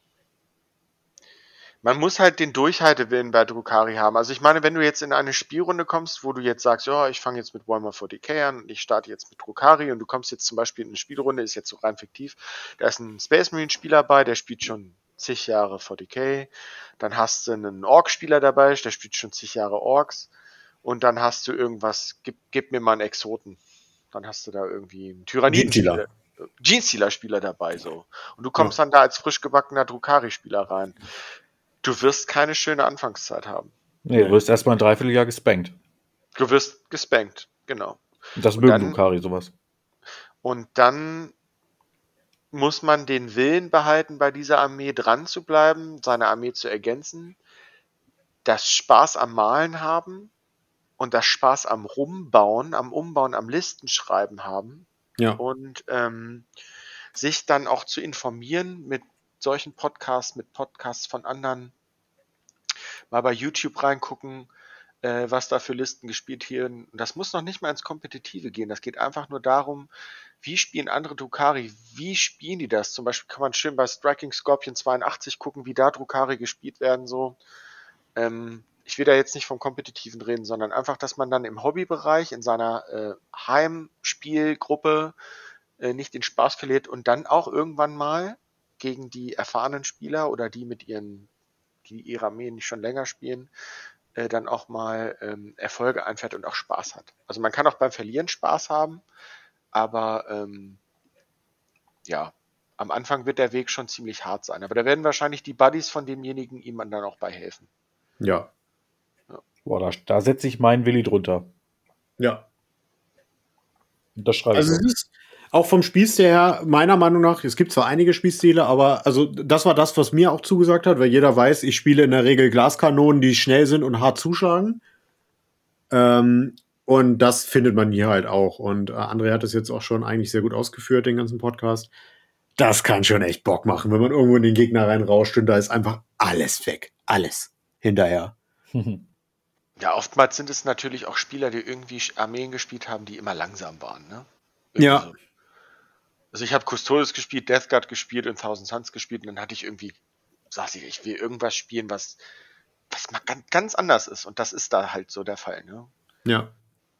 Man muss halt den Durchhaltewillen bei Drukhari haben. Also ich meine, wenn du jetzt in eine Spielrunde kommst, wo du jetzt sagst, ja, ich fange jetzt mit Warhammer forty K an und ich starte jetzt mit Drukhari und du kommst jetzt zum Beispiel in eine Spielrunde, ist jetzt so rein fiktiv, da ist ein Space Marine Spieler bei, der spielt schon zig Jahre forty K, dann hast du einen Ork-Spieler dabei, der spielt schon zig Jahre Orks und dann hast du irgendwas, gib, gib mir mal einen Exoten. Dann hast du da irgendwie einen Tyranniden-Spieler. Gentila. Genestealer-Spieler dabei, so. Und du kommst ja. dann da als frisch gebackener Drukhari-Spieler rein. Du wirst keine schöne Anfangszeit haben. Nee, du wirst erstmal ein Dreivierteljahr gespankt. Du wirst gespankt, genau. Und das mögen Drukhari, sowas. Und dann muss man den Willen behalten, bei dieser Armee dran zu bleiben, seine Armee zu ergänzen, das Spaß am Malen haben und das Spaß am Rumbauen, am Umbauen, am Listenschreiben haben. Ja. Und ähm, sich dann auch zu informieren mit solchen Podcasts, mit Podcasts von anderen, mal bei YouTube reingucken, äh, was da für Listen gespielt werden. Das muss noch nicht mal ins Kompetitive gehen. Das geht einfach nur darum, wie spielen andere Drukhari, wie spielen die das? Zum Beispiel kann man schön bei Striking Scorpion zweiundachtzig gucken, wie da Drukhari gespielt werden, so. Ähm, ich will da jetzt nicht vom Kompetitiven reden, sondern einfach, dass man dann im Hobbybereich, in seiner äh, Heimspielgruppe äh, nicht den Spaß verliert und dann auch irgendwann mal gegen die erfahrenen Spieler oder die mit ihren, die ihre Armeen nicht schon länger spielen, äh, dann auch mal ähm, Erfolge einfährt und auch Spaß hat. Also man kann auch beim Verlieren Spaß haben, aber ähm, ja, am Anfang wird der Weg schon ziemlich hart sein. Aber da werden wahrscheinlich die Buddies von demjenigen ihm dann auch bei helfen. Ja. ja. Boah, da, da setze ich meinen Willi drunter. Ja. Das schreibe also ich. Es ist auch vom Spielstil her, meiner Meinung nach, es gibt zwar einige Spielstile, aber also das war das, was mir auch zugesagt hat, weil jeder weiß, ich spiele in der Regel Glaskanonen, die schnell sind und hart zuschlagen. Ähm, und das findet man hier halt auch. Und äh, André hat das jetzt auch schon eigentlich sehr gut ausgeführt, den ganzen Podcast. Das kann schon echt Bock machen, wenn man irgendwo in den Gegner reinrauscht und da ist einfach alles weg. Alles hinterher. Ja, oftmals sind es natürlich auch Spieler, die irgendwie Armeen gespielt haben, die immer langsam waren, ne? Irgendwie ja. So. Also ich habe Custodes gespielt, Death Guard gespielt und Thousand Suns gespielt und dann hatte ich irgendwie, sagte ich, ich will irgendwas spielen, was, was mal ganz, ganz anders ist. Und das ist da halt so der Fall, ne? Ja.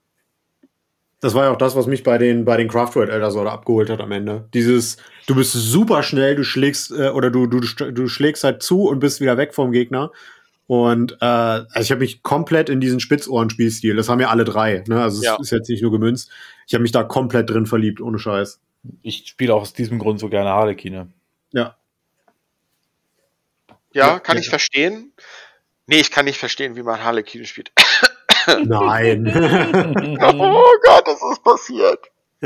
Das war ja auch das, was mich bei den, bei den Craftworld Elders oder abgeholt hat am Ende. Dieses, du bist super schnell, du schlägst, äh, oder du, du, du schlägst halt zu und bist wieder weg vom Gegner. Und äh, also ich habe mich komplett in diesen Spitzohren-Spielstil, das haben ja alle drei, ne? Also ja. es ist jetzt nicht nur gemünzt. Ich habe mich da komplett drin verliebt, ohne Scheiß. Ich spiele auch aus diesem Grund so gerne Harlekine. Ja. Ja, kann ja. ich verstehen. Nee, ich kann nicht verstehen, wie man Harlekine spielt. Nein. Oh Gott, das ist passiert.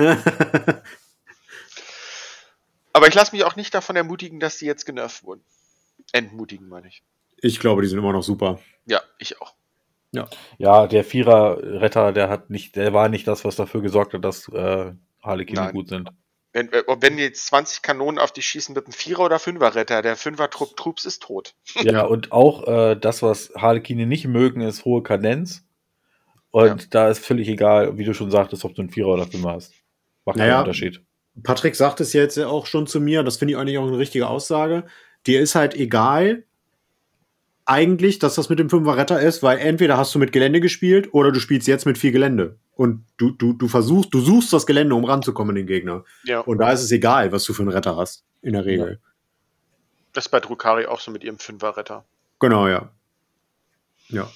Aber ich lasse mich auch nicht davon ermutigen, dass die jetzt genervt wurden. Entmutigen, meine ich. Ich glaube, die sind immer noch super. Ja, ich auch. Ja, ja der Vierer-Retter, der hat nicht, der war nicht das, was dafür gesorgt hat, dass äh, Harlekine gut sind. Wenn, wenn jetzt zwanzig Kanonen auf dich schießen mit einem Vierer- oder Fünfer-Retter, der Fünfer-Trupp Troops ist tot. Ja, und auch äh, das, was Harlekine nicht mögen, ist hohe Kadenz. Und ja. da ist völlig egal, wie du schon sagtest, ob du einen Vierer oder Fünfer hast. Macht naja, keinen Unterschied. Patrick sagt es jetzt auch schon zu mir, das finde ich eigentlich auch eine richtige Aussage. Dir ist halt egal, eigentlich, dass das mit dem Fünfer-Retter ist, weil entweder hast du mit Gelände gespielt oder du spielst jetzt mit viel Gelände. Und du, du, du versuchst, du suchst das Gelände, um ranzukommen in den Gegner. Ja. Und da ist es egal, was du für einen Retter hast, in der Regel. Ja. Das ist bei Drukhari auch so mit ihrem Fünfer-Retter. Genau, ja. Ja.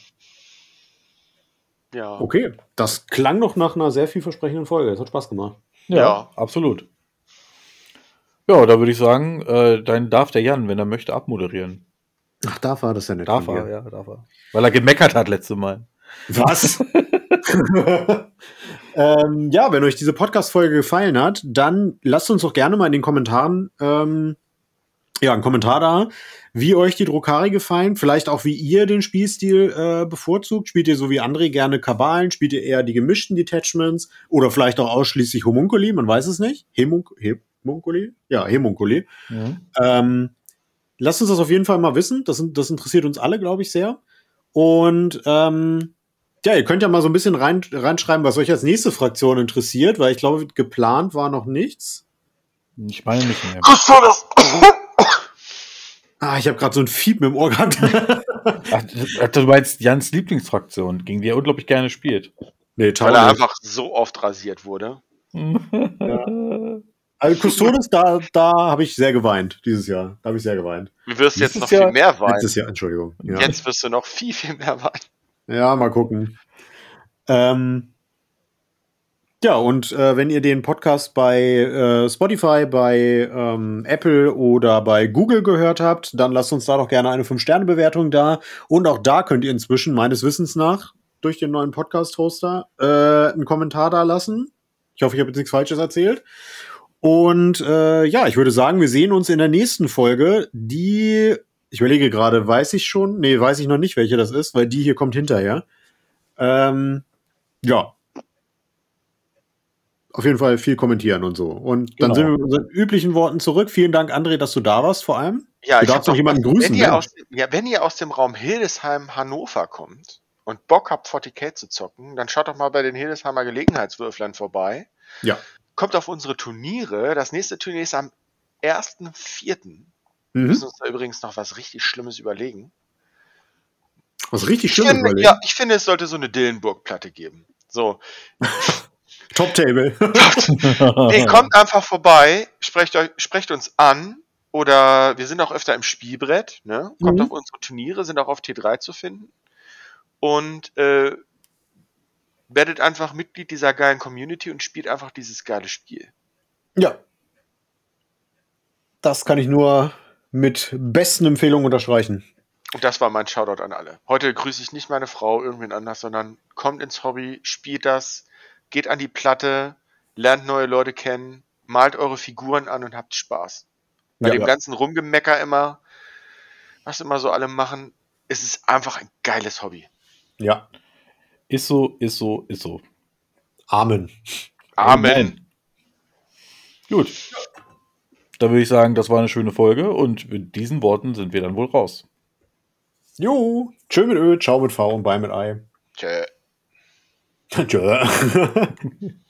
Ja. Okay, das klang noch nach einer sehr vielversprechenden Folge. Das hat Spaß gemacht. Ja, ja. absolut. Ja, da würde ich sagen, äh, dann darf der Jan, wenn er möchte, abmoderieren. Ach, darf er, das ist ja nett. Darf er, ja, darf er. Weil er gemeckert hat letzte Mal. Was? ähm, ja, wenn euch diese Podcast-Folge gefallen hat, dann lasst uns doch gerne mal in den Kommentaren ähm, ja, einen Kommentar da, wie euch die Drukhari gefallen, vielleicht auch wie ihr den Spielstil äh, bevorzugt. Spielt ihr so wie André gerne Kabalen? Spielt ihr eher die gemischten Detachments? Oder vielleicht auch ausschließlich Homunculi? Man weiß es nicht. Hemunk- Hemunculi? Ja, Hemunculi. Mhm. Ähm, lasst uns das auf jeden Fall mal wissen. Das, das interessiert uns alle, glaube ich, sehr. Und ähm, ja, ihr könnt ja mal so ein bisschen rein, reinschreiben, was euch als nächste Fraktion interessiert, weil ich glaube, geplant war noch nichts. Ich meine nicht mehr. Ah, ich habe gerade so ein Fiepen im Ohr gehabt. Ach, du meinst Jans Lieblingsfraktion, gegen die er unglaublich gerne spielt. Nee, weil er einfach so oft rasiert wurde. Ja. Also Custodes, da, da habe ich sehr geweint dieses Jahr. Da habe ich sehr geweint. Du wirst jetzt Dieses noch Jahr, viel mehr weinen. Letztes Jahr, Entschuldigung. Ja. Jetzt wirst du noch viel, viel mehr weinen. Ja, mal gucken. Ähm, Ja, und äh, wenn ihr den Podcast bei äh, Spotify, bei ähm, Apple oder bei Google gehört habt, dann lasst uns da doch gerne eine fünf Sterne Bewertung da. Und auch da könnt ihr inzwischen meines Wissens nach durch den neuen Podcast-Hoster äh, einen Kommentar da lassen. Ich hoffe, ich habe jetzt nichts Falsches erzählt. Und äh, ja, ich würde sagen, wir sehen uns in der nächsten Folge, die, ich überlege gerade, weiß ich schon? Nee, weiß ich noch nicht, welche das ist, weil die hier kommt hinterher. Ähm, ja. Auf jeden Fall viel kommentieren und so. Und dann Genau. sind wir mit unseren üblichen Worten zurück. Vielen Dank, André, dass du da warst, vor allem. Ja, du ich hab darfst noch noch jemanden was. grüßen. Wenn ihr, Ne? aus, ja, wenn ihr aus dem Raum Hildesheim, Hannover kommt und Bock habt, vierzig K zu zocken, dann schaut doch mal bei den Hildesheimer Gelegenheitswürflern vorbei. Ja. Kommt auf unsere Turniere. Das nächste Turnier ist am ersten vierten Wir Mhm. müssen uns da übrigens noch was richtig Schlimmes überlegen. Was richtig Ich Schlimmes finde, überlegen. ja, ich finde, es sollte so eine Dillenburg-Platte geben. So, Top-Table. nee, kommt einfach vorbei, sprecht, euch, sprecht uns an oder wir sind auch öfter im Spielbrett. Ne? Kommt Mhm. auf unsere Turniere, sind auch auf T drei zu finden. Und äh, werdet einfach Mitglied dieser geilen Community und spielt einfach dieses geile Spiel. Ja. Das kann ich nur mit besten Empfehlungen unterstreichen. Und das war mein Shoutout an alle. Heute grüße ich nicht meine Frau, irgendwen anders, sondern kommt ins Hobby, spielt das, geht an die Platte, lernt neue Leute kennen, malt eure Figuren an und habt Spaß. Bei Ja, dem ja. ganzen Rumgemecker immer, was immer so alle machen, ist es einfach ein geiles Hobby. Ja. Ist so, ist so, ist so. Amen. Amen. Gut. Dann würde ich sagen, das war eine schöne Folge und mit diesen Worten sind wir dann wohl raus. Jo. Tschö mit Ö, ciao mit V und bye mit Ei. Tschö. Tschö.